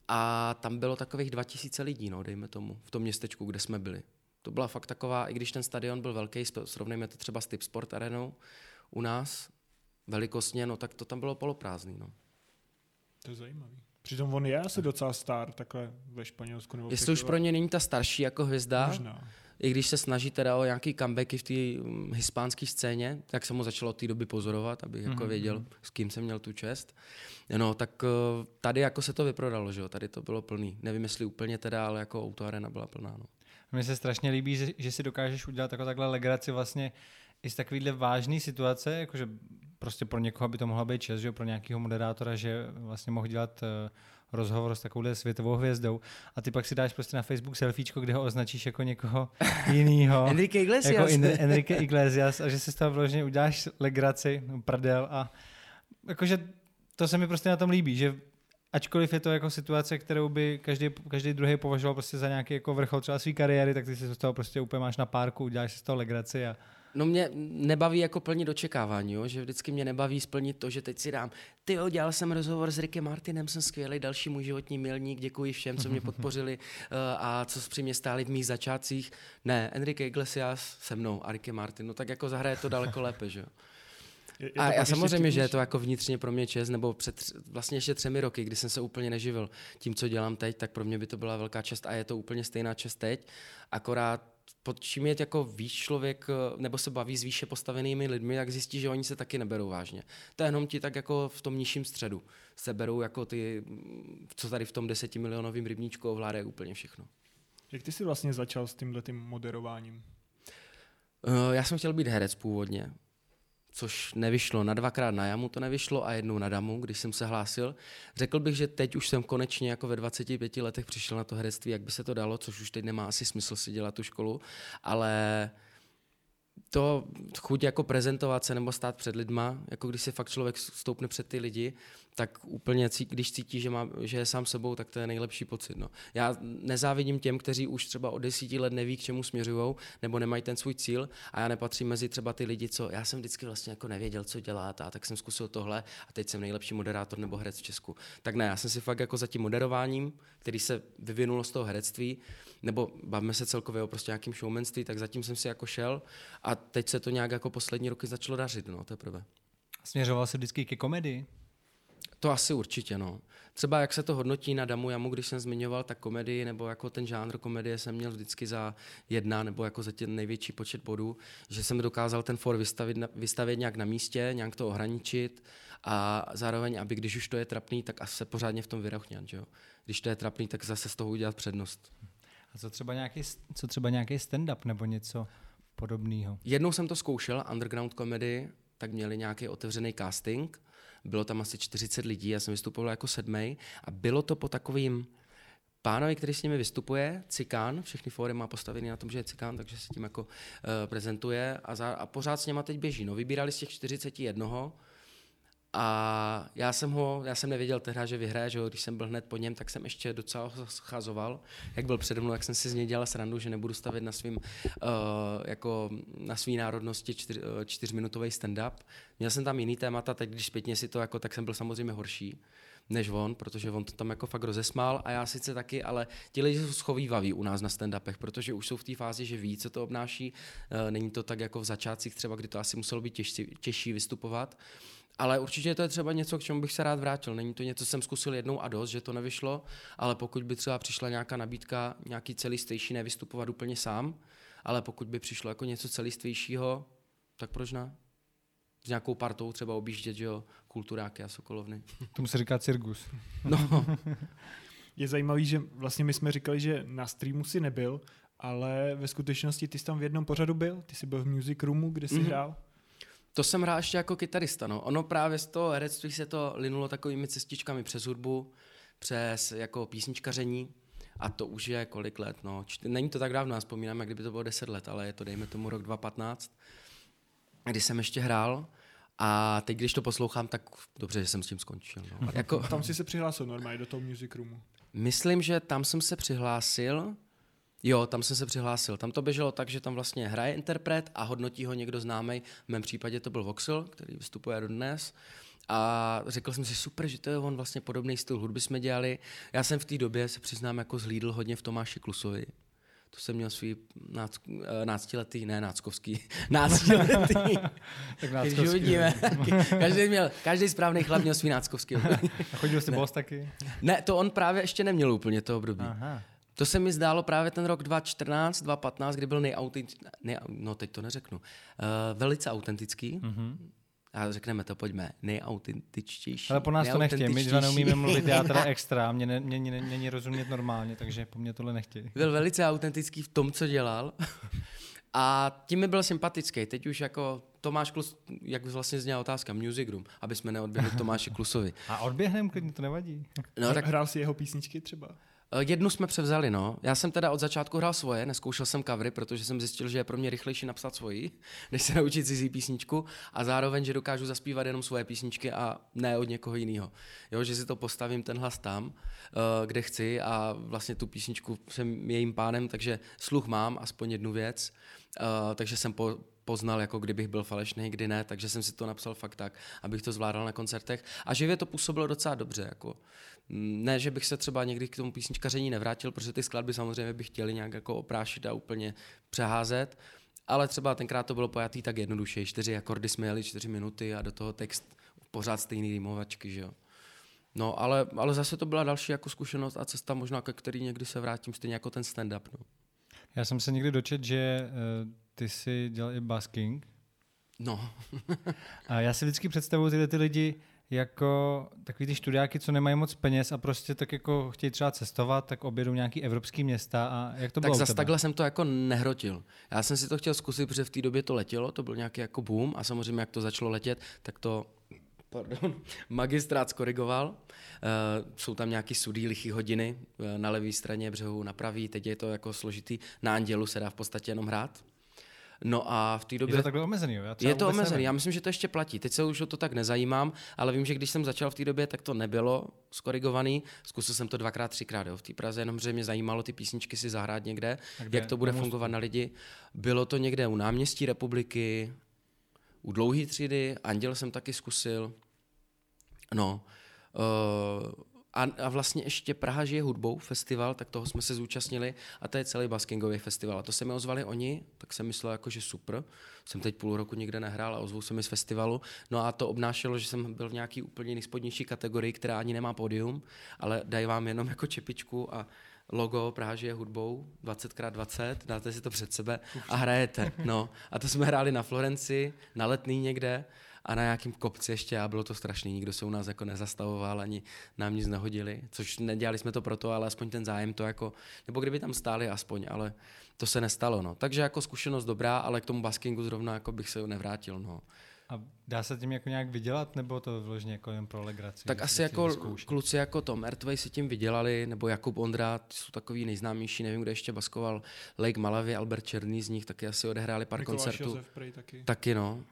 a tam bylo takových dva tisíce lidí, no, dejme tomu, v tom městečku, kde jsme byli. To byla fakt taková, i když ten stadion byl velký, srovnejme to třeba s Tip Sport Arenou u nás, velikostně, no tak to tam bylo poloprázdný, no. To je zajímavý. Přitom on je asi docela star takhle ve Španělsku. Nebo Jestli už pro ně není ta starší jako hvězda, možná. I když se snaží teda o nějaký comebacky v té um, hispánské scéně, tak jsem mu začal od té doby pozorovat, abych mm-hmm. jako věděl, s kým jsem měl tu čest. No, tak uh, tady jako se to vyprodalo, že jo, tady to bylo plný. Nevím, jestli úplně teda, ale jako Autoarena byla plná, no. Mně se strašně líbí, že, že si dokážeš udělat jako takhle legraci vlastně i z takovýhle vážné situace, jakože prostě pro někoho by to mohla být čest, že jo, pro nějakého moderátora, že vlastně mohl dělat uh, rozhovor s takovouhle světovou hvězdou a ty pak si dáš prostě na Facebook selfiečko, kde ho označíš jako někoho jinýho. Enrique Iglesias. Jako in, Enrique Iglesias a že si z toho vložně uděláš legraci, prdel a jakože to se mi prostě na tom líbí, že ačkoliv je to jako situace, kterou by každý, každý druhý považoval prostě za nějaký jako vrchol třeba své kariéry, tak ty si z toho prostě úplně máš na párku, uděláš si z toho legraci a No mě nebaví jako plnit očekávání, jo? Že vždycky mě nebaví splnit to, že teď si dám, ty jo, dělal jsem rozhovor s Rickem Martinem, jsem skvělý, další můj životní milník, děkuji všem, co mě podpořili uh, a co při mě stáli v mých začátcích. Ne, Enrique Iglesias se mnou a Ricky Martin, no tak jako zahraje to daleko lépe, že jo. Je, je a já samozřejmě, že je to jako vnitřně pro mě čest, nebo před vlastně ještě třemi roky, kdy jsem se úplně neživil tím, co dělám teď, tak pro mě by to byla velká čest a je to úplně stejná čest teď, akorát pod čím je jako víc člověk, nebo se baví s výše postavenými lidmi, tak zjistí, že oni se taky neberou vážně. To je jenom ti tak jako v tom nižším středu se berou jako ty, co tady v tom desetimilionovým rybníčku ovládají úplně všechno. Jak ty jsi vlastně začal s tímhletým moderováním? Já jsem chtěl být herec původně, což nevyšlo. Na dvakrát na jamu to nevyšlo a jednou na damu, když jsem se hlásil. Řekl bych, že teď už jsem konečně jako ve dvaceti pěti letech přišel na to herectví, jak by se to dalo, což už teď nemá asi smysl si dělat tu školu, ale to chuť jako prezentovat se nebo stát před lidma, jako když se fakt člověk stoupne před ty lidi, tak úplně, když cítí, že, má, že je sám sebou, tak to je nejlepší pocit. No. Já nezávidím těm, kteří už třeba od desíti let neví, k čemu směřují, nebo nemají ten svůj cíl a já nepatřím mezi třeba ty lidi, co já jsem vždycky vlastně jako nevěděl, co dělat a tak jsem zkusil tohle a teď jsem nejlepší moderátor nebo herec v Česku. Tak ne, já jsem si fakt jako za tím moderováním, který se vyvinulo z toho herectví, nebo bavíme se celkově o prostě nějakým showmanství, tak zatím jsem si jako šel a teď se to nějak jako poslední roky začalo dařit, no, teprve. Směřoval se vždycky ke komedii? To asi určitě, no. Třeba jak se to hodnotí na Damu Jamu, když jsem zmiňoval, tak komedii nebo jako ten žánr komedie jsem měl vždycky za jedna nebo jako za ten největší počet bodů, že jsem dokázal ten for vystavit, vystavit nějak na místě, nějak to ohraničit a zároveň, aby když už to je trapný, tak asi se pořádně v tom vyrochňat, že jo. Když to je trapný, tak zase z toho udělat přednost. A co třeba nějaký, co třeba nějaký stand-up nebo něco podobného? Jednou jsem to zkoušel, underground komedii, tak měli nějaký otevřený casting. Bylo tam asi čtyřicet lidí, já jsem vystupoval jako sedmej a bylo to po takovým pánovi, který s nimi vystupuje, Cikán, všechny fóry má postavený na tom, že je Cikán, takže se tím jako uh, prezentuje a, za, a pořád s něma teď běží. No, vybírali z těch čtyřiceti jednoho a já jsem ho, já jsem nevěděl tehdy, že vyhraje, že ho, když jsem byl hned po něm, tak jsem ještě docela schazoval, jak byl přede mnou, jak jsem si z něj dělal srandu, že nebudu stavit na svým, uh, jako na svý národnosti čtyř, uh, čtyřminutový stand-up. Měl jsem tam jiný témata, teď když zpětně si to, jako, tak jsem byl samozřejmě horší než on, protože on to tam jako fakt rozesmál a já sice taky, ale ti lidi jsou schovývaví u nás na stand-upech, protože už jsou v té fázi, že ví, co to obnáší. Uh, není to tak jako v začátcích třeba, kdy to asi muselo být těžší, těžší vystupovat. Ale určitě to je třeba něco, k čemu bych se rád vrátil. Není to něco, co jsem zkusil jednou a dost, že to nevyšlo, ale pokud by třeba přišla nějaká nabídka, nějaký celistvější, nevystupovat úplně sám, ale pokud by přišlo jako něco celistvějšího, tak proč ne? S nějakou partou třeba objíždět, že jo, kulturáky a sokolovny. Tomu se říká cirkus. No. Je zajímavý, že vlastně my jsme říkali, že na streamu si nebyl, ale ve skutečnosti ty jsi tam v jednom pořadu byl, ty jsi byl v Music Roomu, kde jsi mm-hmm. hrál. To jsem hrál ještě jako kytarista, no. Ono právě z toho herectví se to linulo takovými cestičkami přes hudbu, přes jako písničkaření a to už je kolik let, no. Není to tak dávno, já vzpomínám, jak kdyby to bylo deset let, ale je to, dejme tomu, rok dva tisíce patnáct, kdy jsem ještě hrál a teď, když to poslouchám, tak dobře, že jsem s tím skončil. No. Jako, tam jsi se přihlásil normálně do toho Music Roomu. Myslím, že tam jsem se přihlásil. Jo, tam jsem se přihlásil. Tam to běželo tak, že tam vlastně hraje interpret a hodnotí ho někdo známý. V mém případě to byl Voxel, který vystupuje dodnes. A řekl jsem si, super, že to je on vlastně podobný styl hudby jsme dělali. Já jsem v té době, se přiznám, jako zhlídl hodně v Tomáši Klusovi. To jsem měl svý náct, náctiletý, ne náckovský, náctiletý. Tak náckovský. Uvidíme. každý, měl, každý správný chlap měl svý náckovský. A chodil jsi boss taky? Ne, to on právě ještě neměl úplně to období. Aha. To se mi zdálo právě ten rok dva tisíce čtrnáct, dva tisíce patnáct, kdy byl nejautentický, ne, no teď to neřeknu, uh, velice autentický. Mm-hmm. A řekneme to, pojďme, nejautentičtější. Ale po nás to nechtějí, my dva neumíme mluvit, já teda extra, mě ne, mě, mě, není rozumět normálně, takže po mně tohle nechtějí. Byl velice autentický v tom, co dělal a tím mi byl sympatický. Teď už jako Tomáš Klus, jak vlastně zněla otázka, Music Room, aby jsme neodběhli k Tomáši Klusovi. A odběhneme, klidně to nevadí. No, tak hrál si jeho písničky třeba? Jednu jsme převzali, no. Já jsem teda od začátku hrál svoje, neskoušel jsem covery, protože jsem zjistil, že je pro mě rychlejší napsat svoji, než se naučit cizí písničku a zároveň, že dokážu zaspívat jenom svoje písničky a ne od někoho jiného. Jo, že si to postavím ten hlas tam, kde chci a vlastně tu písničku jsem jejím pánem, takže sluch mám, aspoň jednu věc, takže jsem po poznal, jako kdybych byl falešný, kdy ne, takže jsem si to napsal fakt tak, abych to zvládal na koncertech a živě to působilo docela dobře, jako ne, že bych se třeba někdy k tomu písničkaření nevrátil, protože ty skladby samozřejmě bych chtěli nějak jako oprášit a úplně přeházet, ale třeba tenkrát to bylo pojatý tak jednoduše, čtyři akordy jsme jeli čtyři minuty a do toho text pořád stejný rýmovačky, že jo. No, ale, ale zase to byla další jako zkušenost a cesta možná, ke který někdy se vrátím, stejně jako ten stand-up, no. Já jsem se někdy dočet, že uh, ty jsi dělal i busking. No. A já si vždycky představuji tyhle ty lidi jako takový ty študáky, co nemají moc peněz a prostě tak jako chtějí třeba cestovat, tak objedou nějaký evropský města a jak to tak bylo? Tak zase takhle jsem to jako nehrotil. Já jsem si to chtěl zkusit, protože v té době to letělo, to byl nějaký jako boom a samozřejmě jak to začalo letět, tak to pardon, magistrát skorigoval. Uh, jsou tam nějaký sudý lichý hodiny uh, na levé straně břehu, na pravý, teď je to jako složitý. Na Andělu se dá v podstatě jenom hrát. No a v té době... Je to takhle omezený, jo? Já je to omezený, nevím. Já myslím, že to ještě platí. Teď se už o to tak nezajímám, ale vím, že když jsem začal v té době, tak to nebylo skorigovaný. Zkusil jsem to dvakrát, třikrát jo, v té Praze, jenomže mě zajímalo ty písničky si zahrát někde, kde? Jak to bude fungovat na lidi. Bylo to někde u náměstí Republiky, u Dlouhý třídy, Anděl jsem taky zkusil. No, uh, a, a vlastně ještě Praha žije hudbou, festival, tak toho jsme se zúčastnili a to je celý buskingový festival. A to se mi ozvali oni, tak jsem myslel jako, že super. Jsem teď půl roku nikde nehrál a ozvou se mi z festivalu. No a to obnášelo, že jsem byl v nějaký úplně nejspodnější kategorii, která ani nemá pódium, ale dají vám jenom jako čepičku a logo Praha žije hudbou dvacet krát dvacet, dáte si to před sebe a hrajete. No. A to jsme hráli na Florenci, na Letný někde, a na nějakým kopci ještě a bylo to strašný, nikdo se u nás jako nezastavoval, ani nám nic nehodili, což nedělali jsme to proto, ale aspoň ten zájem to jako, nebo kdyby tam stáli aspoň, ale to se nestalo, no. Takže jako zkušenost dobrá, ale k tomu baskingu zrovna jako bych se nevrátil, no. A dá se tím jako nějak vydělat, nebo to vložně jako jen pro legraci? Tak asi jako vyzkoušet? Kluci jako Tom Ertvej si tím vydělali, nebo Jakub Ondra, jsou takový nejznámější, nevím, kde ještě baskoval, Lake Malawi, Albert Černý z nich, taky asi odehráli pár Mikuláš koncertů. Josef Prej taky. Taky, no.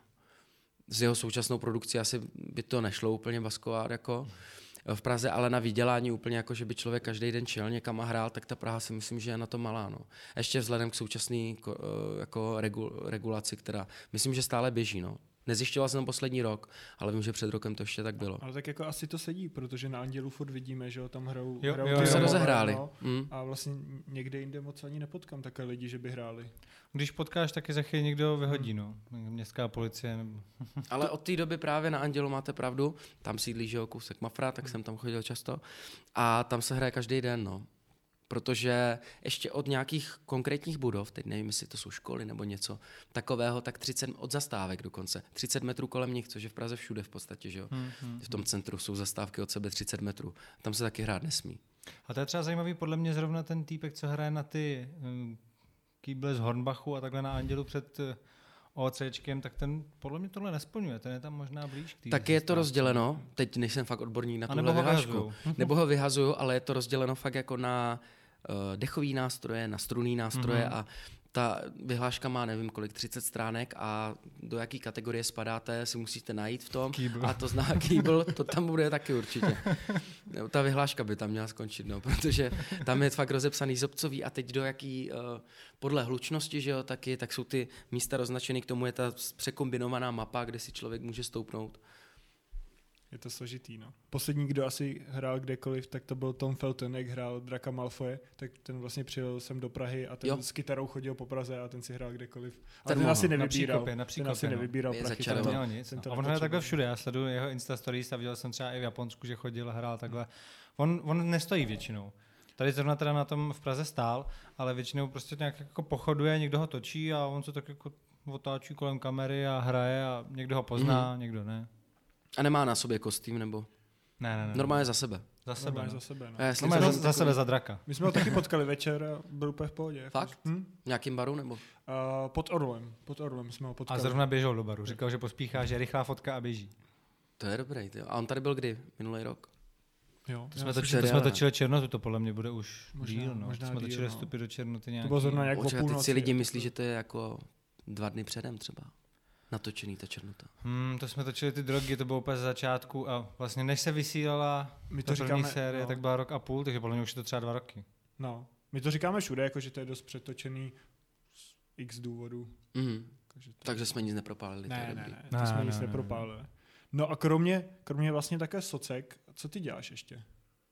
S jeho současnou produkcí asi by to nešlo úplně baskovat jako v Praze, ale na vydělání úplně jako, že by člověk každý den čel někam a hrál, tak ta Praha si myslím, že je na to malá. No. Ještě vzhledem k současné jako regulaci, která myslím, že stále běží. No. Nezjišťoval jsem poslední rok, ale vím, že před rokem to ještě tak bylo. Ale tak jako asi to sedí, protože na Andělu furt vidíme, že jo, tam hrajou, jo, hrajou jo, to jo, se jo, rozehráli. No, mm. A vlastně někde jinde moc ani nepotkám takové lidi, že by hráli. Když potkáš, taky za chvíli někdo vyhodí, no. Městská policie. Nebo... Ale od té doby právě na Andělu máte pravdu, tam sídlí, že jo, kousek Mafra, tak jsem tam chodil často a tam se hraje každý den, no. Protože ještě od nějakých konkrétních budov, teď nevím, jestli to jsou školy nebo něco takového, tak třicet od zastávek dokonce, třicet metrů kolem nich, což je v Praze všude v podstatě, že jo. Hmm, hmm, v tom centru jsou zastávky od sebe třicet metrů. Tam se taky hrát nesmí. A to je třeba zajímavý, podle mě zrovna ten týpek, co hraje na ty um, kýble z Hornbachu a takhle na Andělu před uh, OCčkem, tak ten podle mě tohle nesplňuje, ten je tam možná blíž k tý. Tak je to rozděleno, teď nejsem fakt odborník na tuhle vyhlášku. Nebo ho vyhazuju, ale je to rozděleno fakt jako na uh, dechový nástroje, na strunný nástroje mm-hmm. a ta vyhláška má nevím kolik, třicet stránek a do jaký kategorie spadáte, si musíte najít v tom. Kýbl. A to zná kýbl, to tam bude taky určitě. Ta vyhláška by tam měla skončit, no, protože tam je fakt rozepsaný zobcový a teď do jaký, uh, podle hlučnosti, že jo, taky, tak jsou ty místa označeny, k tomu je ta překombinovaná mapa, kde si člověk může stoupnout. je to složitý, no. Poslední, kdo asi hrál kdekoliv, tak to byl Tom Felton, jak hrál Draka Malfoje, tak ten vlastně přijel sem do Prahy a ten jo. s kytarou chodil po Praze a ten si hrál kdekoliv. A ten, ten asi nevybíral, na příkopě, na příkopě, ten asi no. nevybíral Je prachy. Ten neměl nic, no. A on hraje takhle všude, já sleduju jeho Insta stories a viděl jsem třeba i v Japonsku, že chodil a hrál takhle. On, on nestojí většinou. Tady zrovna teda na tom v Praze stál, ale většinou prostě nějak jako pochoduje, někdo ho točí a on se tak jako otáčí kolem kamery a hraje a někdo ho pozná, mm. někdo ne. A nemá na sobě kostým, nebo? Ne, ne, ne. Normálně za sebe. Za sebe, no. za sebe, no. Já Normálně za, za sebe, za Draka. My jsme ho taky potkali večer a byl úplně v pohodě. Fakt? Hm? Nějakým baru, nebo? Uh, pod Orlem. Pod Orlem jsme ho potkali. A zrovna běžel do baru. Říkal, že pospíchá, že je rychlá fotka a běží. To je dobrý, tyjo. A on tady byl kdy? Minulý rok? Jo, to jsme, točili, to jsme točili Černotu, to podle mě bude už možná, díl, no. Možná jsme díl, točili no. vstupy do Černoty nějaký. To bylo zrovna nějak Určitě, o teď si lidi jako myslí, že to je jako dva dny předem třeba. Natočený ta Černota. Hmm, to jsme točili ty drogy, to bylo úplně z začátku a vlastně než se vysílala my to ta říkáme, první série, no. tak byla rok a půl, takže podle mě už je to třeba dva roky. No, my to říkáme všude, jako, že to je dost přetočený z x důvodů. Mm. Takže, to... takže jsme nic nepropálili. Ne, to ne, ne, ne, to ne, jsme ne, nic ne, nepropálili. No a kromě, kromě vlastně také socek, co ty děláš ještě?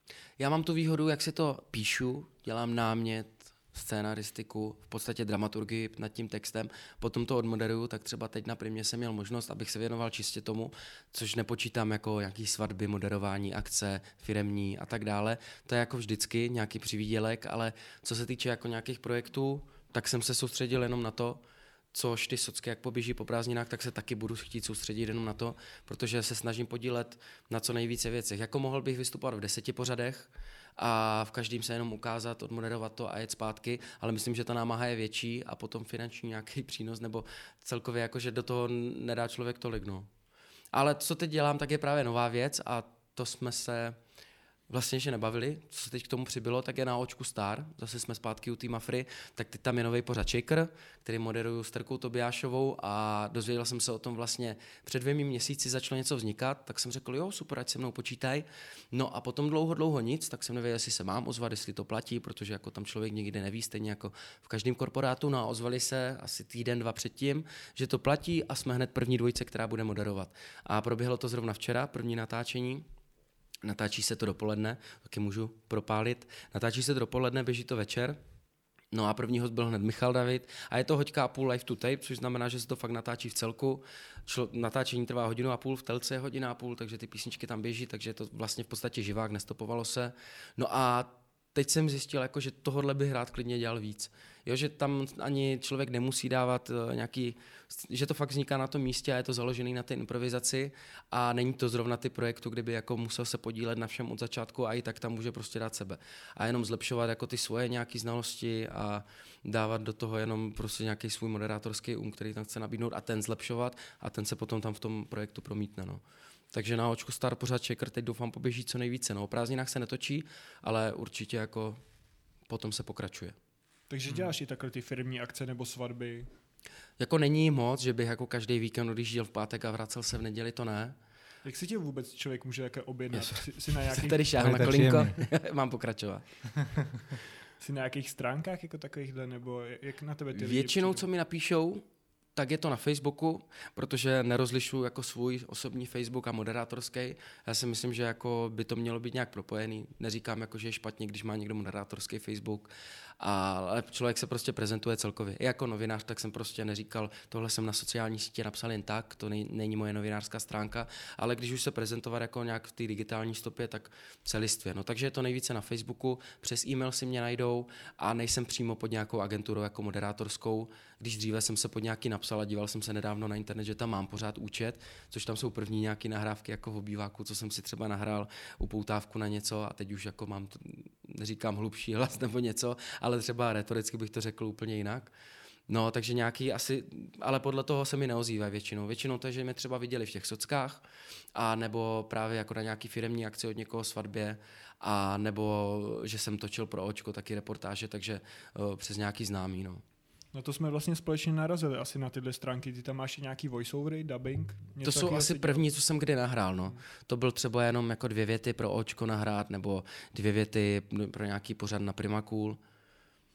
Já mám tu výhodu, jak si to píšu, dělám námět, scénaristiku, v podstatě dramaturgii nad tím textem, potom to odmoderuju, tak třeba teď na Primě jsem měl možnost, abych se věnoval čistě tomu, což nepočítám jako nějaký svatby, moderování, akce, firemní a tak dále. To je jako vždycky nějaký přivídělek, ale co se týče jako nějakých projektů, tak jsem se soustředil jenom na to, což ty socky, jak poběží po prázdninách, tak se taky budu chtít soustředit jenom na to, protože se snažím podílet na co nejvíce věcech. Jako mohl bych vystupovat v deseti pořadech a v každém se jenom ukázat, odmoderovat to a jet zpátky, ale myslím, že ta námaha je větší a potom finanční nějaký přínos, nebo celkově jako, že do toho nedá člověk tolik. No. Ale co teď dělám, tak je právě nová věc a to jsme se vlastně ještě nebavili, co se teď k tomu přibylo, tak je na očku Star, zase jsme zpátky u té Mafry, tak teď tam je nový pořad Shaker, který moderuju s Terkou Tobiášovou a dozvěděl jsem se o tom vlastně před dvěmi měsíci začalo něco vznikat, tak jsem řekl, jo, super, ať se mnou počítaj. No a potom dlouho, dlouho nic, tak jsem nevěděl, jestli se mám ozvat, jestli to platí, protože jako tam člověk nikdy neví, stejně jako v každém korporátu, no a ozvali se asi týden, dva předtím, že to platí a jsme hned první dvojce, která bude moderovat. A proběhlo to zrovna včera, první natáčení. Natáčí se to dopoledne, taky můžu propálit. Natáčí se to dopoledne, běží to večer. No a první host byl hned Michal David a je to hoďka a půl live to tape, což znamená, že se to fakt natáčí v celku. Člo, natáčení trvá hodinu a půl, v telce je hodina a půl, takže ty písničky tam běží, takže je to vlastně v podstatě živák, nestopovalo se. No a teď jsem zjistil, jako, že tohle bych rád klidně dělal víc. Jo, že tam ani člověk nemusí dávat uh, nějaký, že to fakt vzniká na tom místě a je to založený na té improvizaci a není to zrovna ty projektu, kdyby jako musel se podílet na všem od začátku a i tak tam může prostě dát sebe. A jenom zlepšovat jako ty svoje nějaké znalosti a dávat do toho jenom prostě nějaký svůj moderátorský um, který tam chce nabídnout a ten zlepšovat a ten se potom tam v tom projektu promítne. No. Takže na očku Star pořád Shaker teď doufám poběží co nejvíce. No, o prázdninách se netočí, ale určitě jako potom se pokračuje. Takže děláš hmm. i takhle ty firmní akce nebo svatby? Jako není moc, že bych jako každý víkend odjížděl v pátek a vracel se v neděli, to ne. Jak si tě vůbec člověk může jaké objednat? Jsi, jsi na nějakých... Tady šáhl na kolínko, mám pokračovat. Jsi na nějakých stránkách jako takovýchhle, nebo jak na tebe ty lidi Většinou, přijdou? co mi napíšou, tak je to na Facebooku, protože nerozlišuju jako svůj osobní Facebook a moderátorský. Já si myslím, že jako by to mělo být nějak propojený. Neříkám, jako, že je špatně, když má někdo moderátorský Facebook, ale člověk se prostě prezentuje celkově. I jako novinář, tak jsem prostě neříkal, tohle jsem na sociální sítě napsal jen tak, to nej, není moje novinářská stránka, ale když už se prezentovat jako nějak v té digitální stopě, tak celistvě. No, takže je to nejvíce na Facebooku, přes e-mail si mě najdou a nejsem přímo pod nějakou agenturou jako moderátorskou. Když dříve jsem se pod nějaký napsal a díval jsem se nedávno na internet, že tam mám pořád účet, což tam jsou první nějaké nahrávky jako v obýváku, co jsem si třeba nahrál upoutávku na něco a teď už jako mám, to, neříkám hlubší hlas nebo něco, ale třeba retoricky bych to řekl úplně jinak. No, takže nějaký asi, ale podle toho se mi neozývají většinou. Většinou to, že mě třeba viděli v těch sockách, a nebo právě jako na nějaký firemní akci od někoho svatbě, a nebo že jsem točil pro Očko taky reportáže, takže uh, přes nějaký známý, no. No to jsme vlastně společně narazili asi na tyhle stránky. Ty tam máš i nějaký voiceovery, dubbing? To jsou asi první, co jsem kdy nahrál. No. To byl třeba jenom jako dvě věty pro Očko nahrát, nebo dvě věty pro nějaký pořad na Prima Cool.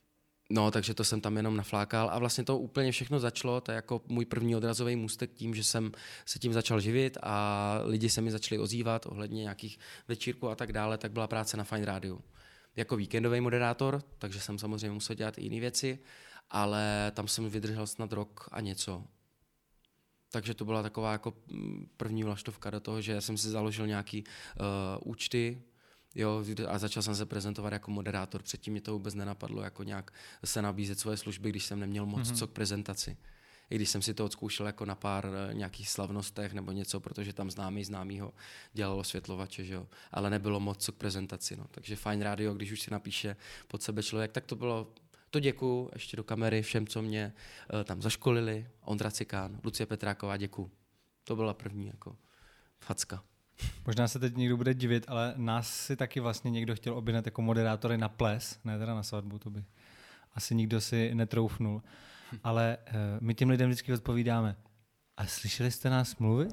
No, takže to jsem tam jenom naflákal a vlastně to úplně všechno začalo, to je jako můj první odrazový můstek tím, že jsem se tím začal živit a lidi se mi začali ozývat ohledně nějakých večírků a tak dále, tak byla práce na Fine Rádiu. Jako víkendový moderátor, takže jsem samozřejmě musel dělat i jiné věci, ale tam jsem vydržel snad rok a něco. Takže to byla taková jako první vlaštovka do toho, že jsem si založil nějaký uh, účty, jo, a začal jsem se prezentovat jako moderátor. Předtím mě to vůbec nenapadlo, jako nějak se nabízet svoje služby, když jsem neměl moc mm-hmm. co k prezentaci. I když jsem si to odzkoušel jako na pár nějakých slavnostech nebo něco, protože tam známý známýho dělalo světlovače, že jo. Ale nebylo moc co k prezentaci, no. Takže Fine Radio, když už si napíše pod sebe člověk, tak to bylo, to děkuju ještě do kamery všem, co mě uh, tam zaškolili. Ondra Cikán, Lucie Petráková, děkuju. To byla první jako facka. Možná se teď někdo bude divit, ale nás si taky vlastně někdo chtěl objednat jako moderátory na ples, ne teda na svatbu, to by asi nikdo si netroufnul. Ale uh, my těm lidem vždycky odpovídáme, a slyšeli jste nás mluvit?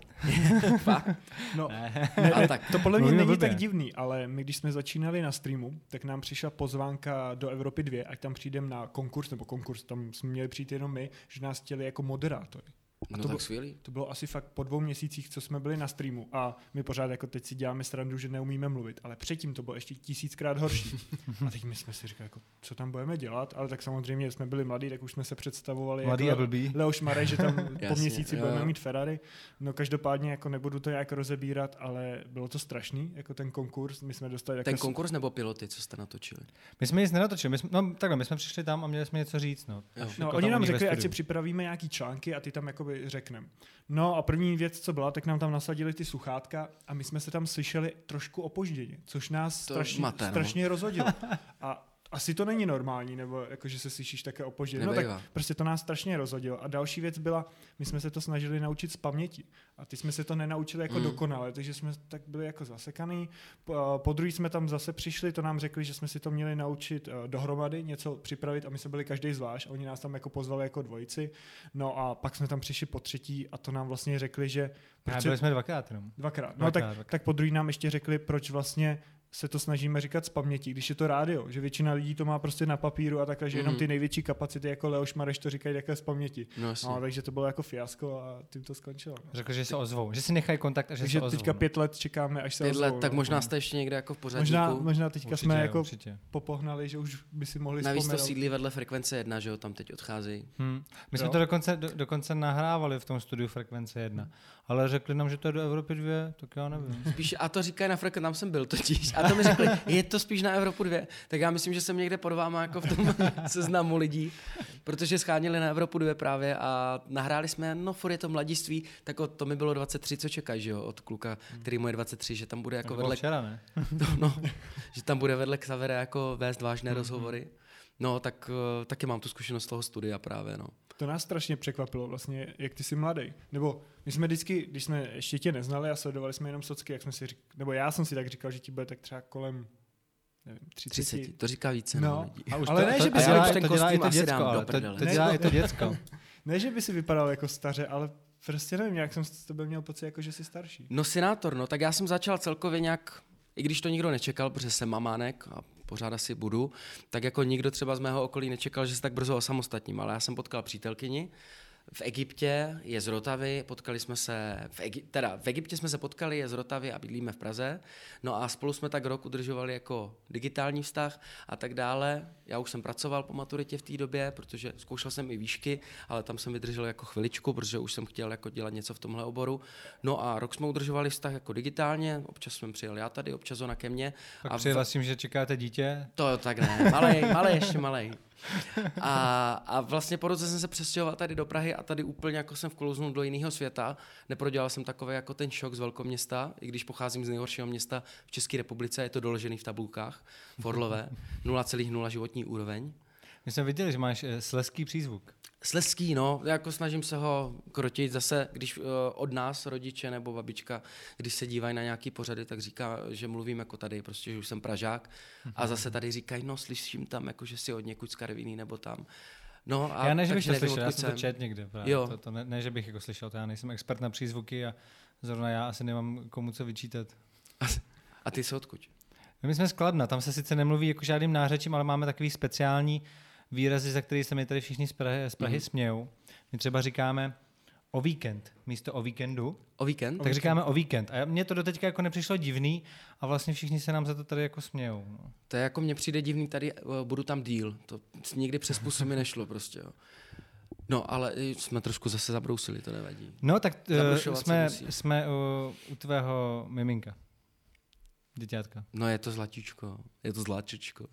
No, ne. Ne, ne, tak to podle mě není blbě. tak divný, ale my když jsme začínali na streamu, tak nám přišla pozvánka do Evropy dva, ať tam přijdeme na konkurs, nebo konkurs, tam jsme měli přijít jenom my, že nás chtěli jako moderátory. A No to tak bylo, skvělý. to bylo asi fakt po dvou měsících, co jsme byli na streamu a my pořád jako teď si děláme srandu, že neumíme mluvit, ale předtím to bylo ještě tisíckrát horší. A teď my jsme si říkali, jako, co tam budeme dělat, ale tak samozřejmě jsme byli mladí, tak už jsme se představovali Mladý jako a blbý. Leoš Mareš, že tam po Jasně, měsíci jo, budeme jo. mít Ferrari. No každopádně jako nebudu to nějak rozebírat, ale bylo to strašný, jako ten konkurs, my jsme dostali jako Ten konkurs nebo piloty, co jste natočili? My jsme nic nenatočili, my jsme, no takhle, my jsme přišli tam a měli jsme něco říct. No, Jo. Až No, jako oni tam nám u nich ve řekli, ať si studiu. připravíme nějaký články a ty tam jakoby řekneme. No a první věc, co byla, tak nám tam nasadili ty sluchátka a my jsme se tam slyšeli trošku opožděně, což nás To strašně, mate, no. strašně rozhodilo. A asi to není normální, nebo jako, že se slyšíš také opožděně. No Nebejvá. tak prostě to nás strašně rozhodilo. A další věc byla, my jsme se to snažili naučit z paměti. A ty jsme se to nenaučili jako Mm. dokonale, takže jsme tak byli jako zasekaný. Po, po druhý jsme tam zase přišli, to nám řekli, že jsme si to měli naučit uh, dohromady, něco připravit a my jsme byli každý zvlášť a oni nás tam jako pozvali jako dvojici. No a pak jsme tam přišli po třetí a to nám vlastně řekli, že... Ne, proč byli se- jsme dvakrát jenom. Dvakrát. No Dvakrát, tak, dvakrát. tak po druhý nám ještě řekli, proč vlastně se to snažíme říkat z paměti, když je to rádio, že většina lidí to má prostě na papíru a takhle, že jenom Mhm. ty největší kapacity jako Leoš Mareš to říkají takhle z paměti. No, jasně. No, takže to bylo jako fiasko a tím to skončilo. no. Řekl, že se ozvou, že si nechají kontakt a že Takže se ozvou. teďka pět let čekáme, až se Pět let, ozvou, tak no. možná jste ještě někde jako v pořadíku. možná, možná teďka určitě, jsme jako určitě. popohnali, že už by si mohli Navíc to vzpomenout. sídlí vedle frekvence jedna, že jo, tam teď odcházejí. Hmm. My jsme Jo. to dokonce, do, dokonce nahrávali v tom studiu Frekvence jedna, ale řekli nám, že to je do Evropy dva, tak já nevím. Spíš, a to říkají na frekvenci, tam jsem byl totiž. A to mi řekli, je to spíš na Evropu dva. Tak já myslím, že jsem někde pod váma jako v tom seznamu lidí, protože schánili na Evropu dva právě a nahráli jsme, no furt je to mladiství, tak o, to mi bylo dvacet tři, co čekají, že jo, od kluka, který mu je dvacet tři, že tam bude jako To bylo vedle, včera, ne? no, no, že tam bude vedle Xavera jako vést vážné rozhovory. No, tak eh, taky mám tu zkušenost z toho studia právě, no. To nás strašně překvapilo vlastně, jak ty jsi mladý. Nebo my jsme vždycky, když jsme ještě tě neznali a sledovali jsme jenom socky, jak jsme si řík, nebo já jsem si tak říkal, že ti bude tak třeba kolem nevím, třicet. třicet, to říká více, No. no, lidí. A už Ale to, ne, to, že by a si dělá, už to ten dělá i kostým to asi děcko, dám ale do to, prdele. to Ne, dělá no. i to děcko. Ne, že by si vypadal jako staře, ale prostě nevím, nějak jsem z tebe měl pocit, jako že jsi starší. No senátor, no tak já jsem začal celkově nějak, i když to nikdo nečekal, protože jsem mamánek a pořád asi budu, tak jako nikdo třeba z mého okolí nečekal, že se tak brzo osamostatním, ale já jsem potkal přítelkyni v Egyptě, je z Rotavy, potkali jsme se, v Egy- teda v Egyptě jsme se potkali, je z Rotavy a bydlíme v Praze, no a spolu jsme tak rok udržovali jako digitální vztah a tak dále. Já už jsem pracoval po maturitě v té době, protože zkoušel jsem i výšky, ale tam jsem vydržel jako chviličku, protože už jsem chtěl jako dělat něco v tomhle oboru. No a rok jsme udržovali vztah jako digitálně, občas jsem přijel já tady, občas ona ke mně. Pak A přijela s tím, že čekáte dítě. to tak ne, malej, malej, ještě malej. A, a vlastně po roce jsem se přestěhoval tady do Prahy a tady úplně jako jsem vklouznul do jiného světa. Neprodělal jsem takový jako ten šok z velkoměsta, i když pocházím z nejhoršího města v České republice, je to doložený v tabulkách, v Orlové, nula celá nula životní úroveň. My jsme viděli, že máš eh, slezský přízvuk. Slezský, no, jako snažím se ho krotit zase, když uh, od nás rodiče nebo babička, když se dívají na nějaký pořady, tak říká, že mluvím jako tady, prostě, že už jsem Pražák a zase tady říkají, no, slyším tam, jako, že si od někud z Karviní nebo tam. No, a Já ne, že bych to nevím, slyšel, já odkud jsem to čet někde. Právě. Jo. To, to ne, ne, že bych jako slyšel, to já nejsem expert na přízvuky a zrovna já asi nemám komu co vyčítat. A ty jsi odkud? My jsme z Kladna, tam se sice nemluví jako žádným nářečím, ale máme takový speciální výrazy, za které se mi tady všichni z Prahy, z Prahy mm. smějou. My třeba říkáme o víkend, místo o víkendu. O víkend? Tak říkáme o víkend. A mně to doteďka jako nepřišlo divný a vlastně všichni se nám za to tady jako smějou. No. To je jako mně přijde divný, tady uh, budu tam díl. To nikdy přes pusu mi nešlo prostě, jo. No, ale jsme trošku zase zabrousili, to nevadí. No, tak uh, jsme, jsme u, u tvého miminka. Děťátka. No, je to zlatíčko, je to zláčičko.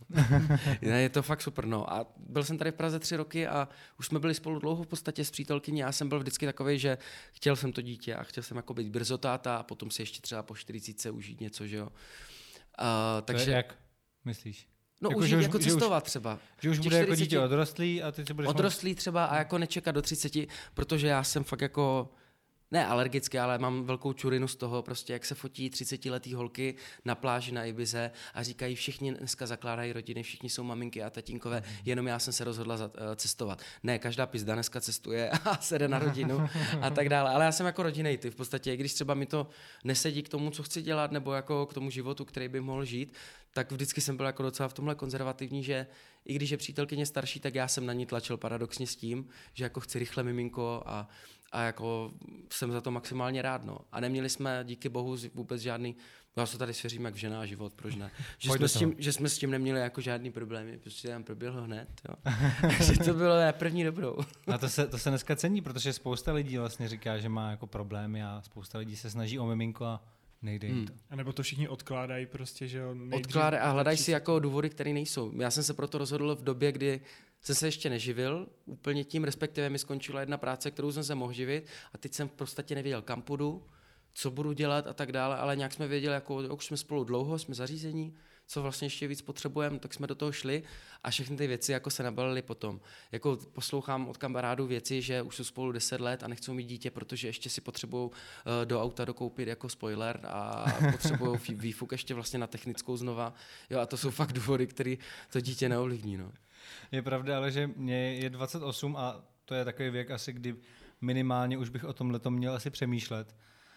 Je to fakt super, no. A byl jsem tady v Praze tři roky a už jsme byli spolu dlouho v podstatě s přítelkyní. Já jsem byl vždycky takovej, že chtěl jsem to dítě a chtěl jsem jako být brzo táta a potom si ještě třeba po čtyřicítce užít něco, že jo. Uh, takže... To je jak myslíš? No jako, užít, už, jako cestovat už, třeba. Že už bude čtyřiceti, jako dítě odrostlý a ty se budeš odrostlý třeba a jako nečekat do třiceti, protože já jsem fakt jako ne alergický, ale mám velkou čurinu z toho, prostě jak se fotí třicetiletý holky na pláži na Ibize a říkají, všichni dneska zakládají rodiny, všichni jsou maminky a tatínkové, jenom já jsem se rozhodla za, uh, cestovat. Ne, každá pizda dneska cestuje a se jde na rodinu a tak dále, ale já jsem jako rodinnej typ v podstatě, i když třeba mi to nesedí k tomu, co chci dělat, nebo jako k tomu životu, který bych mohl žít, tak vždycky jsem byl jako docela v tomhle konzervativní, že i když je přítelkyně starší, tak já jsem na ní tlačil paradoxně s tím, že jako chci rychle miminko a a jako jsem za to maximálně rád, no. A neměli jsme, díky bohu, vůbec žádný, já se tady svěřím jak v žena a život, proč ne? Že jsme, s tím, že jsme s tím neměli jako žádný problémy, prostě tam proběhlo hned, jo. Takže to bylo na první dobrou. A to se, to se dneska cení, protože spousta lidí vlastně říká, že má jako problémy a spousta lidí se snaží o miminko a nejde jim to. Hmm. A nebo to všichni odkládají prostě, že jo. Odkládají a hledají si jako důvody, které nejsou. Já jsem se proto rozhodl v době, kdy jsem se ještě neživil úplně tím, respektive mi skončila jedna práce, kterou jsem se mohl živit a teď jsem v podstatě nevěděl, kam půjdu, co budu dělat a tak dále, ale nějak jsme věděli, jako už jsme spolu dlouho, jsme zařízení, co vlastně ještě víc potřebujeme, tak jsme do toho šli a všechny ty věci jako se nabalily potom. Jako poslouchám od kamarádů věci, že už jsou spolu deset let a nechcou mít dítě, protože ještě si potřebují uh, do auta dokoupit jako spoiler a potřebují výfuk ještě vlastně na technickou znova. Jo, a to jsou fakt důvody, které to dítě neovlivní. No. Je pravda, ale že mě je dvacet osm a to je takový věk asi, kdy minimálně už bych o tomhletom měl asi přemýšlet.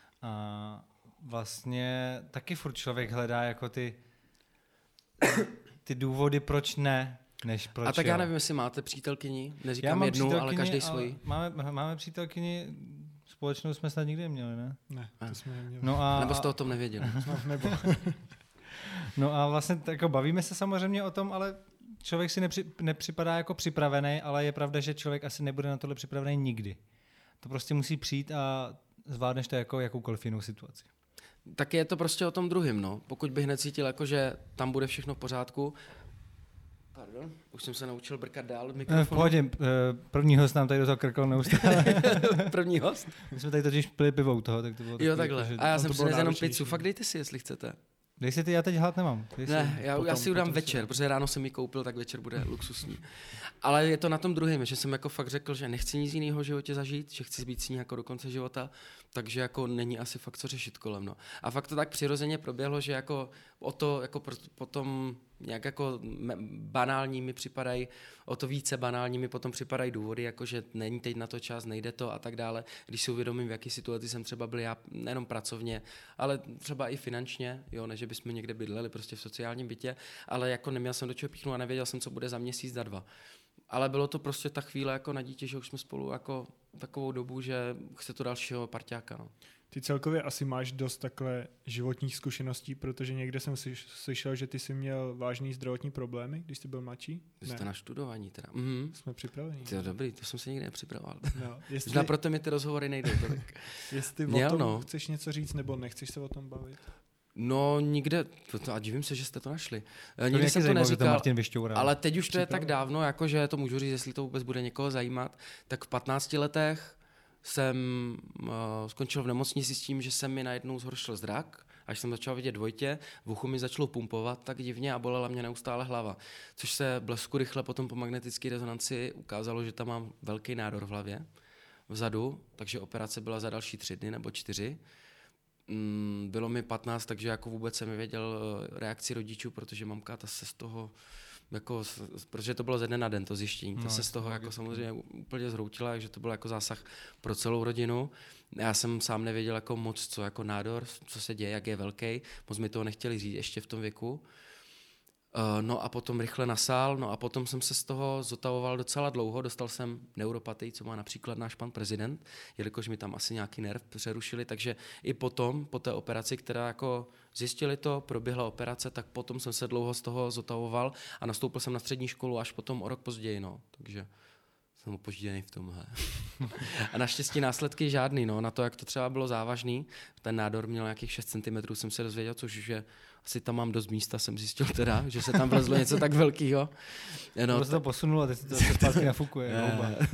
A vlastně taky furt člověk hledá jako ty ty důvody, proč ne, než proč A tak jo. Já nevím, jestli máte přítelkyni, neříkám jednu, ale každý svoji. Máme, máme přítelkyni, společnou jsme snad nikdy neměli, ne? Ne, to jsme neměli. No a, nebo jste o tom nevěděli. No, nebo. No a vlastně jako bavíme se samozřejmě o tom, ale člověk si nepři, nepřipadá jako připravený, ale je pravda, že člověk asi nebude na tohle připravený nikdy. To prostě musí přijít a zvládneš to jako jakoukoliv jinou situaci. Tak je to prostě o tom druhým, no. Pokud bych necítil, jako, že tam bude všechno v pořádku. Pardon, už jsem se naučil brkat dál od mikrofonu. V pohodě, první host nám tady do toho krkal neustále. První host? My jsme tady totiž pili pivo u toho, tak to bylo jo, takhle. Jako, a já jsem si nezl jenom pizzu, fakt dejte si, jestli chcete. Dej si ty, já teď hlad nemám. Dej ne, si, já, potom, já si udám večer, si... protože ráno jsem ji koupil, tak večer bude luxusní. Ale je to na tom druhém, že jsem jako fakt řekl, že nechci nic jiného v životě zažít, že chci být s ní jako do konce života, takže jako není asi fakt co řešit kolem. No. A fakt to tak přirozeně proběhlo, že jako o to jako potom nějak jako banální mi připadají, o to více banální mi potom připadají důvody, jako že není teď na to čas, nejde to a tak dále. Když si uvědomím, v jaké situaci jsem třeba byl já, nejenom pracovně, ale třeba i finančně, jo, ne, že bychom někde bydleli prostě v sociálním bytě, ale jako neměl jsem do čeho píchnout a nevěděl jsem, co bude za měsíc, za dva. Ale bylo to prostě ta chvíle jako na dítě, že už jsme spolu jako takovou dobu, že chce to dalšího parťáka. No. Ty celkově asi máš dost takhle životních zkušeností, protože někde jsem slyšel, že ty jsi měl vážný zdravotní problémy, když jsi byl mladší. Vy jste na studování teda. Mhm. Jsme připraveni. To je dobrý, to jsem se nikdy nepřipravoval. No, jestli... Zná, proto mi ty rozhovory nejdou. Tak... jestli měl, o tom no. chceš něco říct, nebo nechceš se o tom bavit? No nikde, a divím se, že jste to našli. To nikdy jsem to neříkal, ale teď už to je tak dávno, jako že to můžu říct, jestli to vůbec bude někoho zajímat, tak v patnácti letech jsem uh, skončil v nemocnici s tím, že se mi najednou zhoršil zrak, až jsem začal vidět dvojitě, v uchu mi začalo pumpovat tak divně a bolela mě neustále hlava. Což se blesku rychle potom po magnetické rezonanci ukázalo, že tam mám velký nádor v hlavě, vzadu, takže operace byla za další tři dny nebo čtyři. Mm, bylo mi patnáct, takže jako vůbec jsem nevěděl reakci rodičů, protože mamka ta se z toho jako, protože to bylo ze dne na den to zjištění, ta no, se z toho jako samozřejmě úplně zhroutila, takže to byl jako zásah pro celou rodinu. Já jsem sám nevěděl jako moc, co jako nádor, co se děje, jak je velký, moc mi toho nechtěli říct ještě v tom věku. No a potom rychle nasál, no a potom jsem se z toho zotavoval docela dlouho, dostal jsem neuropatii, co má například náš pan prezident, jelikož mi tam asi nějaký nerv přerušili, takže i potom, po té operaci, která jako zjistili to, proběhla operace, tak potom jsem se dlouho z toho zotavoval a nastoupil jsem na střední školu až potom o rok později, no, takže jsem opožděný v tomhle. A naštěstí následky žádný, no, na to, jak to třeba bylo závažný, ten nádor měl nějakých šest centimetrů, jsem se dozvěděl, což že asi tam mám dost místa, jsem zjistil teda, že se tam vlezlo něco tak velkého. No, to se to posunulo a teď se to zpátky nafukuje.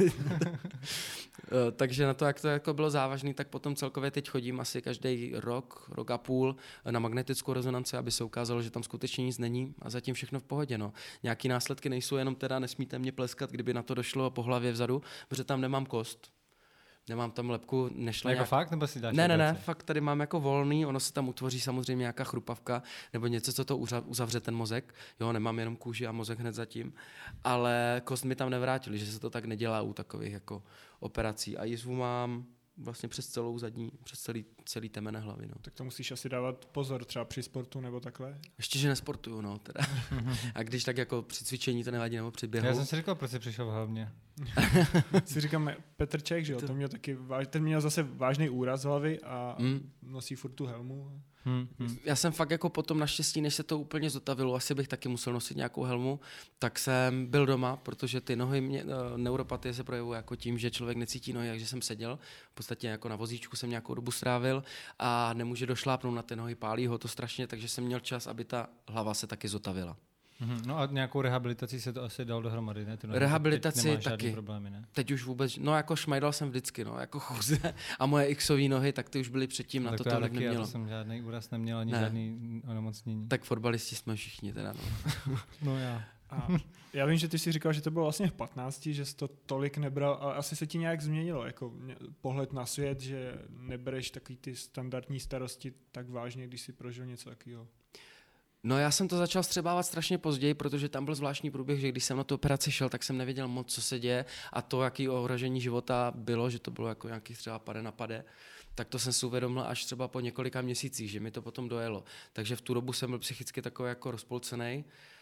Takže na to, jak to jako bylo závažný, tak potom celkově teď chodím asi každý rok, rok a půl na magnetickou rezonanci, aby se ukázalo, že tam skutečně nic není a zatím všechno v pohodě. No. Nějaký následky nejsou, jenom teda nesmíte mě pleskat, kdyby na to došlo po hlavě vzadu, protože tam nemám kost. Nemám tam lepku, nešla jako nějak... fakt, nebo si dáš Ne, ne, ne, fakt tady mám jako volný, ono se tam utvoří samozřejmě nějaká chrupavka, nebo něco, co to uzavře ten mozek, jo, nemám jenom kůži a mozek hned zatím, ale kost mi tam nevrátili, že se to tak nedělá u takových jako operací a jizvu mám vlastně přes celou zadní, přes celý, celý temene hlavy, no. Tak to musíš asi dávat pozor třeba při sportu nebo takhle? Ještě, že nesportuju, no, teda. A když tak jako při cvičení to nevadí, nebo při běhu. Já jsem si říkal, proč jsi přišel v helmě. si říkám Petr Čech, že jo, to měl taky, váž, ten měl zase vážný úraz hlavy a mm. nosí furt tu helmu. Hmm, hmm. Já jsem fakt jako potom naštěstí, než se to úplně zotavilo, asi bych taky musel nosit nějakou helmu, tak jsem byl doma, protože ty nohy, mě, neuropatie se projevuje jako tím, že člověk necítí nohy, takže jsem seděl, v podstatě jako na vozíčku jsem nějakou dobu strávil a nemůže došlápnout na ty nohy, pálí ho to strašně, takže jsem měl čas, aby ta hlava se taky zotavila. Mm-hmm. No a nějakou rehabilitací se to asi dal dohromady, ne? Ty Rehabilitaci teď taky. Problémy, ne? Teď už vůbec, no jako šmajdal jsem vždycky, no, jako chůze a moje X-ový nohy, tak ty už byly předtím, no, na to to taky, nemělo. Já to jsem žádný úraz neměl, ani ne. žádný onemocnění. Tak fotbalisti jsme všichni teda, no. No já. A já vím, že ty jsi říkal, že to bylo vlastně v patnácti, že jsi to tolik nebral, ale asi se ti nějak změnilo, jako pohled na svět, že nebereš takový ty standardní starosti tak vážně, když si prožil něco takového. No já jsem to začal střebávat strašně později, protože tam byl zvláštní průběh, že když jsem na tu operaci šel, tak jsem nevěděl moc, co se děje a to, jaký ohrožení života bylo, že to bylo jako nějaký třeba pade na pade, tak to jsem si uvědomil až třeba po několika měsících, že mi to potom dojelo. Takže v tu dobu jsem byl psychicky takový jako rozpolcený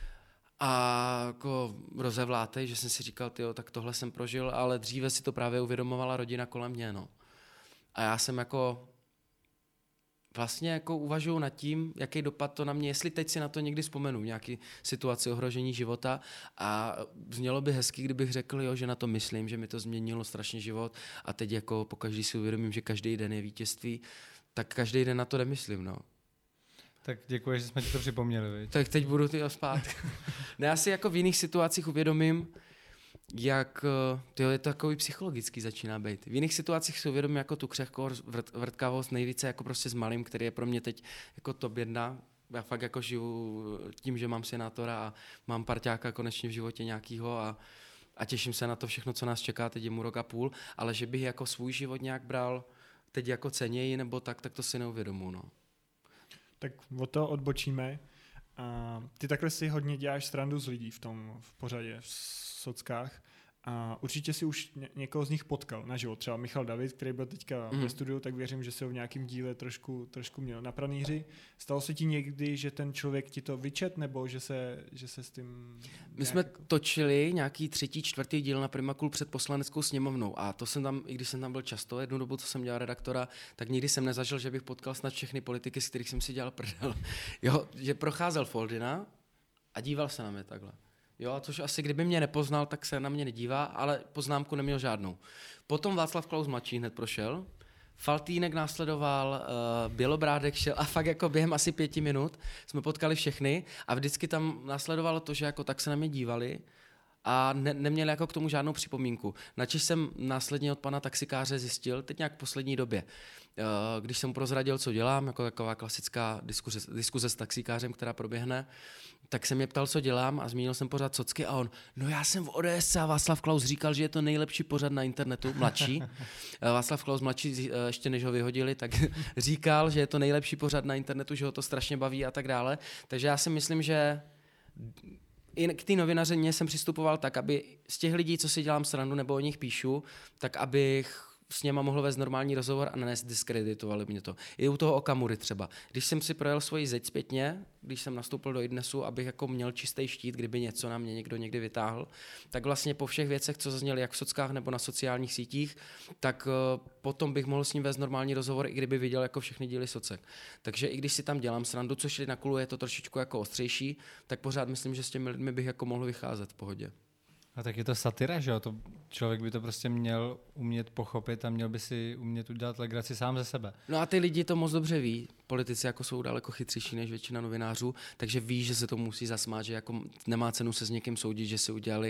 a jako rozevlátej, že jsem si říkal, tyjo, tak tohle jsem prožil, ale dříve si to právě uvědomovala rodina kolem mě, no. A já jsem jako vlastně jako uvažuji nad tím, jaký dopad to na mě, jestli teď si na to někdy vzpomenu, nějaký situaci ohrožení života a znělo by hezky, kdybych řekl, jo, že na to myslím, že mi to změnilo strašně život a teď jako pokaždý si uvědomím, že každý den je vítězství, tak každý den na to nemyslím, no. Tak děkuji, že jsme ti to připomněli, viď? Tak teď budu ty spát. Ne, já si jako v jiných situacích uvědomím, jak tyjo, je to takový psychologický začíná být. V jiných situacích si uvědomím jako tu křehkost, vrt, vrtkavost, nejvíce jako prostě s malým, který je pro mě teď jako top jedna. Já fakt jako žiju tím, že mám senátora a mám parťáka konečně v životě nějakýho a, a těším se na to všechno, co nás čeká, teď je mu rok a půl, ale že bych jako svůj život nějak bral teď jako ceněji nebo tak, tak to si neuvědomuji, no. Tak od toho odbočíme. A ty takhle si hodně děláš srandu z lidí v tom v pořadě, v sockách. A určitě si už ně, někoho z nich potkal naživo. Třeba Michal David, který byl teďka mm. ve studiu, tak věřím, že se ho v nějakém díle trošku, trošku měl na pranýři. Stalo se ti někdy, že ten člověk ti to vyčet, nebo že se, že se s tím... My jsme jako... točili nějaký třetí, čtvrtý díl na Primakul před Poslaneckou sněmovnou a to jsem tam, i když jsem tam byl často, jednu dobu, co jsem dělal redaktora, tak nikdy jsem nezažil, že bych potkal snad všechny politiky, z kterých jsem si dělal prdel. Jo, že procházel Foldina a díval se na mě takhle. Jo, což asi kdyby mě nepoznal, tak se na mě nedívá, ale poznámku neměl žádnou. Potom Václav Klaus mladší hned prošel, Faltýnek následoval, uh, Bělobrádek šel a fakt jako během asi pěti minut jsme potkali všechny a vždycky tam následovalo to, že jako tak se na mě dívali a ne, neměli jako k tomu žádnou připomínku. Načež jsem následně od pana taxikáře zjistil, teď nějak v poslední době, uh, když jsem mu prozradil, co dělám, jako taková klasická diskuze, diskuze s taxikářem, která proběhne, tak jsem mě ptal, co dělám a zmínil jsem pořád socky a on, no já jsem v O D S a Václav Klaus říkal, že je to nejlepší pořad na internetu, mladší. Václav Klaus mladší, ještě než ho vyhodili, tak říkal, že je to nejlepší pořad na internetu, že ho to strašně baví a tak dále. Takže já si myslím, že i k té novinařině jsem přistupoval tak, aby z těch lidí, co si dělám srandu nebo o nich píšu, tak abych s něma mohl vést normální rozhovor a nediskreditovali mě to. I u toho Okamury třeba. Když jsem si projel svoji zeď zpětně, když jsem nastoupil do iDnesu, abych jako měl čistý štít, kdyby něco na mě někdo někdy vytáhl, tak vlastně po všech věcech, co zazněly jak v sockách nebo na sociálních sítích, tak uh, potom bych mohl s ním vést normální rozhovor, i kdyby viděl jako všechny díly socek. Takže i když si tam dělám srandu, což na Kulu je to trošičku jako ostřejší, tak pořád myslím, že s těmi lidmi bych jako mohl vycházet v pohodě. A tak je to satira, že jo? To člověk by to prostě měl umět pochopit a měl by si umět udělat legraci sám ze sebe. No a ty lidi to moc dobře ví. Politici jako jsou daleko chytřejší než většina novinářů, takže ví, že se to musí zasmát, že jako nemá cenu se s někým soudit, že si udělali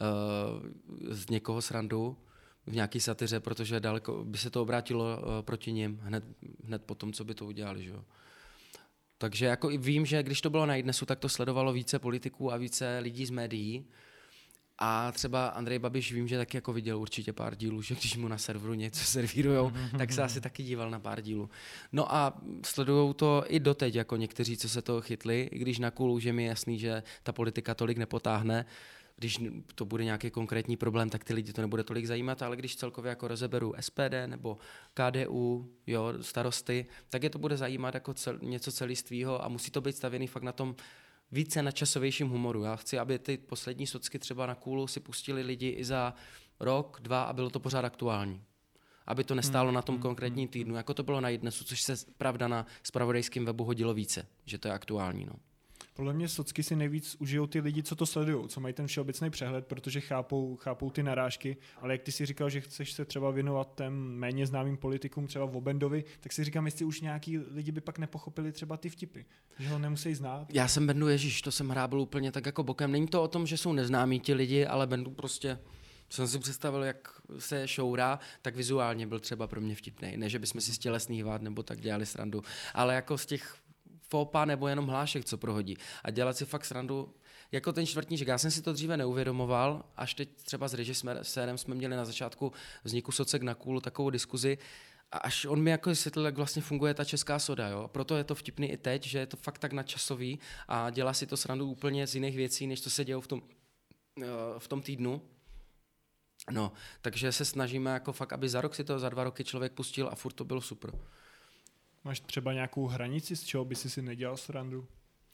uh, z někoho srandu v nějaký satyře, protože daleko by se to obrátilo uh, proti nim hned, hned po tom, co by to udělali, že jo. Takže jako i vím, že když to bylo na iDnesu, tak to sledovalo více politiků a více lidí z médií. A třeba Andrej Babiš vím, že taky jako viděl určitě pár dílů, že když mu na serveru něco servírujou, tak se asi taky díval na pár dílů. No a sledujou to i doteď, jako někteří, co se toho chytli, i když na Kulu, že mi je jasný, že ta politika tolik nepotáhne, když to bude nějaký konkrétní problém, tak ty lidi to nebude tolik zajímat, ale když celkově jako rozeberu S P D nebo K D U, jo, starosty, tak je to bude zajímat jako cel, něco celistvýho a musí to být stavěný fakt na tom více nadčasovějším humoru. Já chci, aby ty poslední socky třeba na Kulu si pustili lidi i za rok, dva a bylo to pořád aktuální. Aby to nestálo hmm. na tom konkrétním týdnu, jako to bylo na iDnesu, což se pravda na zpravodajském webu hodilo více, že to je aktuální. No. Podle mě socky si nejvíc užijou ty lidi, co to sledují, co mají ten všeobecný přehled, protože chápou, chápou ty narážky, ale jak ty si říkal, že chceš se třeba věnovat těm méně známým politikům, třeba v Bendovi, tak si říkám, jestli už nějaký lidi by pak nepochopili třeba ty vtipy, že ho nemusí znát. Já jsem Bendu, ježíš, to jsem hrábl úplně tak jako bokem. Není to o tom, že jsou neznámí ti lidi, ale Bendu prostě jsem si představil, jak se šourá, tak vizuálně byl třeba pro mě vtipnej. Ne, že bychom si z tělesných vád nebo tak dělali srandu, ale jako z těch fópa nebo jenom hlášek, co prohodí. A dělat si fakt srandu, jako ten čtvrtníček. Já jsem si to dříve neuvědomoval, až teď třeba s režisérem jsme měli na začátku vzniku socek na Kulu takovou diskuzi, a až on mi jako vysvětlil, jak vlastně funguje ta česká soda. Jo? Proto je to vtipný i teď, že je to fakt tak nadčasový a dělá si to srandu úplně z jiných věcí, než to se dělo v tom, v tom týdnu. No, takže se snažíme jako fakt, aby za rok si to, za dva roky člověk pustil a furt to bylo super. Máš třeba nějakou hranici, z čeho by si si nedělal srandu?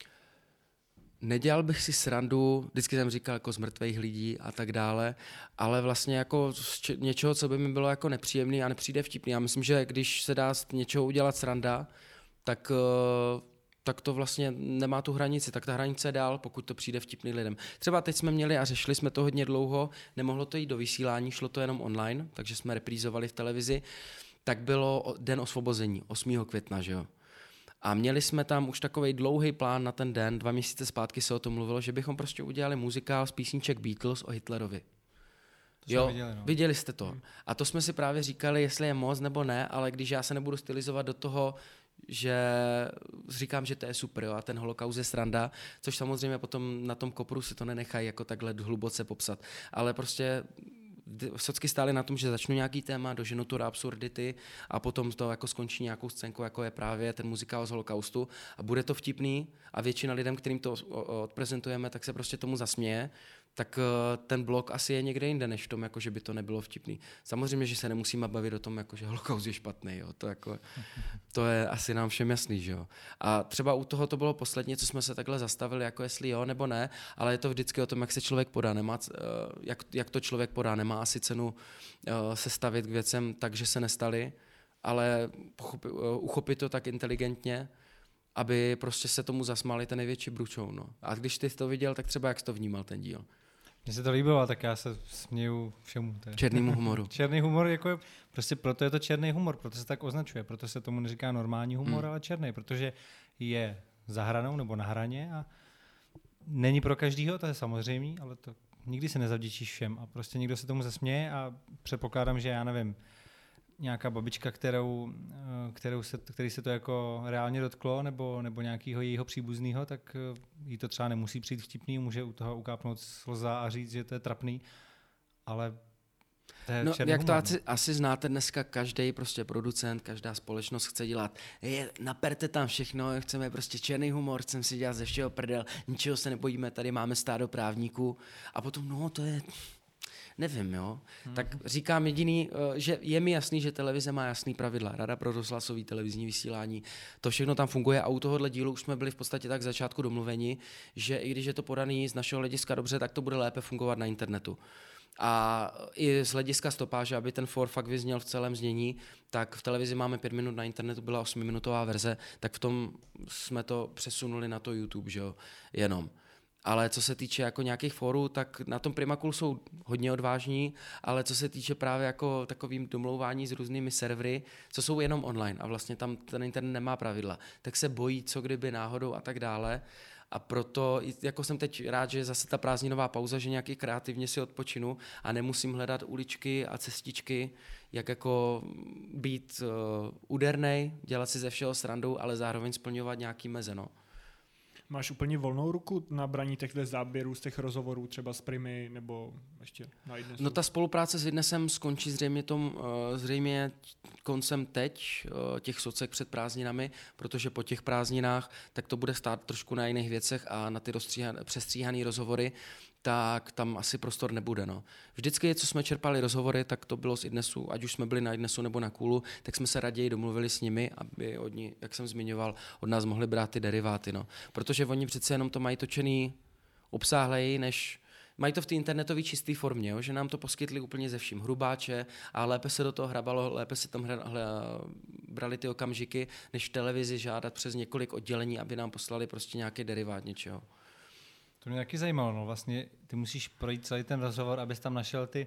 Nedělal bych si srandu, vždycky jsem říkal jako z mrtvých lidí a tak dále, ale vlastně jako z něčeho, co by mi bylo jako nepříjemný a nepřijde vtipný. Já myslím, že když se dá z něčeho udělat sranda, tak, tak to vlastně nemá tu hranici, tak ta hranice je dál, pokud to přijde vtipný lidem. Třeba teď jsme měli a řešili jsme to hodně dlouho, nemohlo to jít do vysílání, šlo to jenom online, takže jsme reprízovali v televizi, tak bylo Den osvobození, osmého května, že jo. A měli jsme tam už takovej dlouhý plán na ten den, dva měsíce zpátky se o tom mluvilo, že bychom prostě udělali muzikál z písniček Beatles o Hitlerovi. To jo, viděli, no. Viděli jste to. Hmm. A to jsme si právě říkali, jestli je moc nebo ne, ale když já se nebudu stylizovat do toho, že říkám, že to je super, jo, a ten holokaust je sranda, což samozřejmě potom na tom kopru si to nenechají jako takhle hluboce popsat. Ale prostě socky stály na tom, že začnu nějaký téma, doženu tu do absurdity a potom to jako skončí nějakou scénku, jako je právě ten muzikál z holokaustu a bude to vtipný a většina lidem, kterým to odprezentujeme, tak se prostě tomu zasměje, tak ten blok asi je někde jinde, než v tom, jako že by to nebylo vtipný. Samozřejmě, že se nemusíme bavit o tom, jako že holokaust je špatný, jo. To, jako, to je asi nám všem jasný, že jo. A třeba u toho to bylo poslední, co jsme se takhle zastavili, jako jestli jo nebo ne, ale je to vždycky o tom, jak se člověk podá, nemá, jak, jak to člověk podá, nemá asi cenu se stavit k věcem tak, že se nestaly, ale uchopit, uchopit to tak inteligentně, aby prostě se tomu zasmáli ten největší bručou. No. A když ty jsi to viděl, tak třeba jak jsi to vnímal ten díl? Mně se to líbilo, tak já se směju všemu. To je. Černýmu humoru. Černý humor, jako je, prostě proto je to černý humor, proto se tak označuje, proto se tomu neříká normální humor, hmm. ale černý, protože je za hranou nebo na hraně a není pro každýho, to je samozřejmé, ale to nikdy se nezavděčíš všem a prostě někdo se tomu zasměje a předpokládám, že já nevím, nějaká babička, kterou, kterou se, který se to jako reálně dotklo, nebo, nebo nějakého jejího příbuzného, tak jí to třeba nemusí přijít vtipný, může u toho ukápnout slza a říct, že to je trapný, ale to je no, jak humor, to asi, asi znáte dneska, každý prostě producent, každá společnost chce dělat, je, naperte tam všechno, chceme prostě černý humor, chceme si dělat ze všeho prdel, ničeho se nebojíme, tady máme stádo právníků a potom, no to je... nevím, jo. Hmm. Tak říkám jediný, že je mi jasný, že televize má jasný pravidla. Rada pro rozhlasový televizní vysílání, to všechno tam funguje a u tohohle dílu už jsme byli v podstatě tak z začátku domluveni, že i když je to podaný z našeho hlediska dobře, tak to bude lépe fungovat na internetu. A i z hlediska stopáže, aby ten for fakt vyzněl v celém znění, tak v televizi máme pět minut, na internetu byla osmiminutová verze, tak v tom jsme to přesunuli na to YouTube, že jo, jenom. Ale co se týče jako nějakých fórů, tak na tom Primakul jsou hodně odvážní, ale co se týče právě jako takovým domlouvání s různými servery, co jsou jenom online a vlastně tam ten internet nemá pravidla, tak se bojí, co kdyby náhodou a tak dále. A proto jako jsem teď rád, že je zase ta prázdninová pauza, že nějaký kreativně si odpočinu a nemusím hledat uličky a cestičky, jak jako být uh, údernej, dělat si ze všeho srandu, ale zároveň splňovat nějaký meze, no. Máš úplně volnou ruku na braní těchto záběrů z těch rozhovorů, třeba s Primy nebo ještě na Idnesu? No ta spolupráce s Idnesem skončí zřejmě, tom, zřejmě koncem teď, těch socek před prázdninami, protože po těch prázdninách tak to bude stát trošku na jiných věcech a na ty přestříhané rozhovory, tak tam asi prostor nebude. No. Vždycky, co jsme čerpali rozhovory, tak to bylo z Idnesu, ať už jsme byli na Idnesu nebo na Kulu, tak jsme se raději domluvili s nimi, aby od ní, jak jsem zmiňoval, od nás mohli brát ty deriváty. No. Protože oni přece jenom to mají točený obsáhleji, než mají to v té internetové čisté formě, jo? Že nám to poskytli úplně ze vším. Hrubáče a lépe se do toho hrabalo, lépe se tam hra, hra, brali ty okamžiky, než v televizi žádat přes několik oddělení, aby nám poslali prostě nějaký derivát něčeho. To mě taky zajímalo, no vlastně ty musíš projít celý ten rozhovor, abys tam našel ty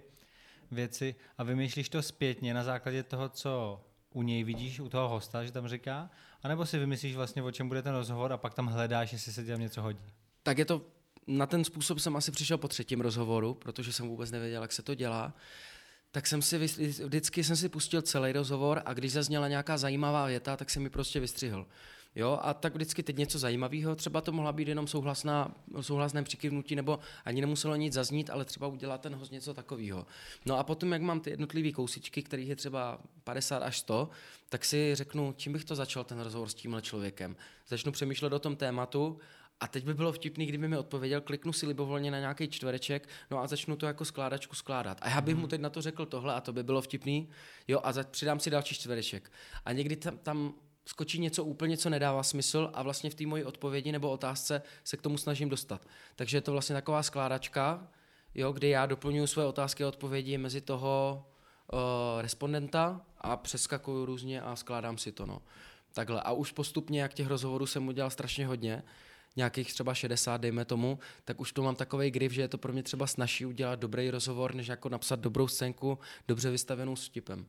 věci a vymýšlíš to zpětně na základě toho, co u něj vidíš, u toho hosta, že tam říká, anebo si vymyslíš vlastně, o čem bude ten rozhovor a pak tam hledáš, jestli se ti tam něco hodí. Tak je to, na ten způsob jsem asi přišel po třetím rozhovoru, protože jsem vůbec nevěděl, jak se to dělá. Tak jsem si, vždycky jsem si pustil celý rozhovor a když zazněla nějaká zajímavá věta, tak jsem mi prostě vystřihl. Jo, a tak vždycky teď něco zajímavého, třeba to mohla být jenom souhlasná, souhlasné přikývnutí, nebo ani nemuselo nic zaznít, ale třeba udělat ten host něco takového. No a potom, jak mám ty jednotlivé kousičky, kterých je třeba padesát až sto, tak si řeknu, čím bych to začal ten rozhovor s tímhle člověkem. Začnu přemýšlet o tom tématu a teď by bylo vtipný, kdyby mi odpověděl, kliknu si libovolně na nějaký čtvereček, no a začnu to jako skládačku skládat. A já bych mu teď na to řekl tohle a to by bylo vtipný, jo, a za, přidám si další čtvereček. A někdy tam, tam skočí něco úplně, co nedává smysl a vlastně v té mojí odpovědi nebo otázce se k tomu snažím dostat. Takže je to vlastně taková skládačka, jo, kdy já doplňuji své otázky a odpovědi mezi toho uh, respondenta a přeskakuju různě a skládám si to. No. Takhle. A už postupně, jak těch rozhovorů jsem udělal strašně hodně, nějakých třeba šedesát, dejme tomu, tak už to mám takovej grif, že je to pro mě třeba snazší udělat dobrý rozhovor, než jako napsat dobrou scénku, dobře vystavenou s vtipem.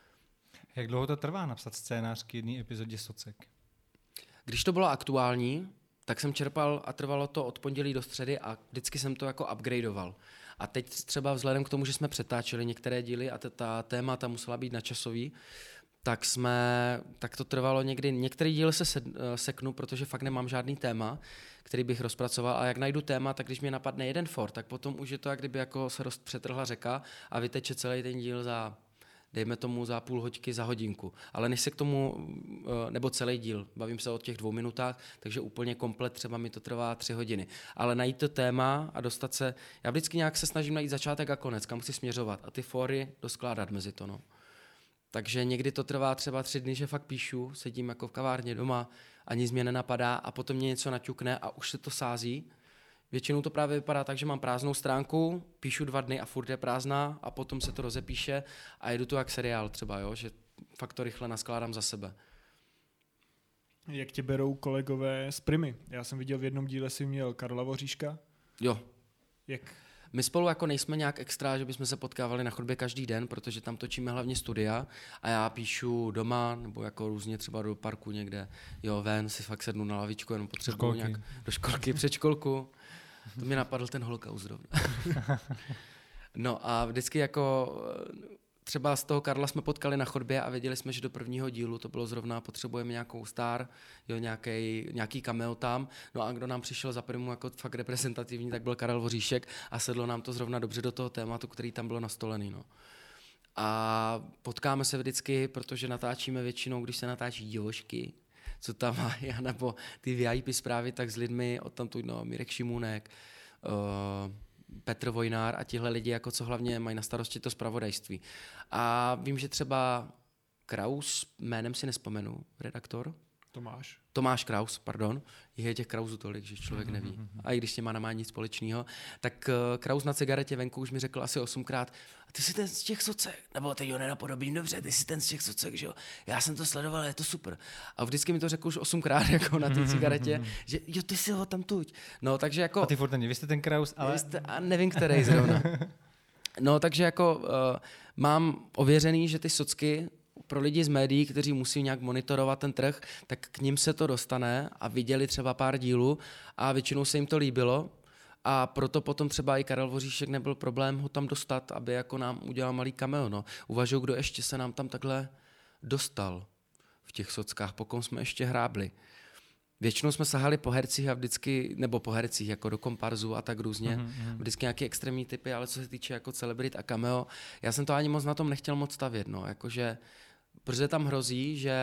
Jak dlouho to trvá napsat scénář k jedné epizodě Socek? Když to bylo aktuální, tak jsem čerpal a trvalo to od pondělí do středy a vždycky jsem to jako upgradeoval. A teď třeba vzhledem k tomu, že jsme přetáčeli některé díly a ta témata musela být načasový, tak jsme, tak to trvalo někdy, některý díl se sed, seknu, protože fakt nemám žádný téma, který bych rozpracoval a jak najdu téma, tak když mě napadne jeden for, tak potom už je to, jak kdyby jako se roz, přetrhla řeka a vyteče celý ten díl za, dejme tomu za půl hoďky, za hodinku. Ale než se k tomu, nebo celý díl, bavím se o těch dvou minutách, takže úplně komplet třeba mi to trvá tři hodiny. Ale najít to téma a dostat se, já vždycky nějak se snažím najít začátek a konec, kam chci směřovat a ty fory doskládat mezi to, no. Takže někdy to trvá třeba tři dny, že fakt píšu, sedím jako v kavárně doma, ani nic mě nenapadá a potom mě něco naťukne a už se to sází. Většinou to právě vypadá tak, že mám prázdnou stránku, píšu dva dny a furt je prázdná a potom se to rozepíše a jedu to jak seriál třeba, jo? Že fakt to rychle naskládám za sebe. Jak tě berou kolegové z Primy? Já jsem viděl v jednom díle, si měl Karla Voříška. Jo. Jak? My spolu jako nejsme nějak extra, že bychom se potkávali na chodbě každý den, protože tam točíme hlavně studia a já píšu doma nebo jako různě třeba do parku někde, jo, ven si fakt sednu na lavičku, jenom potřebuji nějak do školky, před školku. To mě napadl ten holokaust zrovna. No a vždycky jako třeba z toho Karla jsme potkali na chodbě a věděli jsme, že do prvního dílu to bylo zrovna, potřebujeme nějakou star, jo, nějaký, nějaký cameo tam. No a kdo nám přišel za Primu jako fakt reprezentativní, tak byl Karel Voříšek a sedlo nám to zrovna dobře do toho tématu, který tam bylo nastolený. No. A potkáme se vždycky, protože natáčíme většinou, když se natáčí divošky, co tam má, nebo ty V I P zprávy, tak s lidmi, odtamtud, no, Mirek Šimunek, uh, Petr Vojnár a tihle lidi, jako co hlavně mají na starosti to zpravodajství. A vím, že třeba Kraus, jménem si nespomenu, redaktor? Tomáš. Tomáš Kraus, pardon. Je těch Krausů tolik, že člověk neví. A i když s těma nemá nic společného, tak uh, Kraus na cigaretě venku už mi řekl asi osmkrát, a ty jsi ten z těch socek, nebo teď ho nenapodobím dobře, ty jsi ten z těch socek, že jo. Já jsem to sledoval, je to super. A vždycky mi to řekl už osmkrát jako na té cigaretě, že jo, ty si ho tam tuď. No, takže jako... A ty furt není, vy jste ten Kraus, ale... Jste, a nevím, který zrovna. No, takže jako uh, mám ověřený, že ty socky pro lidi z médií, kteří musí nějak monitorovat ten trh, tak k ním se to dostane a viděli třeba pár dílů a většinou se jim to líbilo a proto potom třeba i Karel Voříšek nebyl problém ho tam dostat, aby jako nám udělal malý cameo. No. Uvažuji, kdo ještě se nám tam takhle dostal v těch sockách, pokud jsme ještě hrábli. Většinou jsme sahali po hercích a vždycky, nebo po hercích, jako do komparzu a tak různě, mm-hmm. vždycky nějaké extrémní typy, ale co se týče jako celebrit a cameo, já jsem to ani moc na tom nechtěl moc stavět, no, jakože, protože tam hrozí, že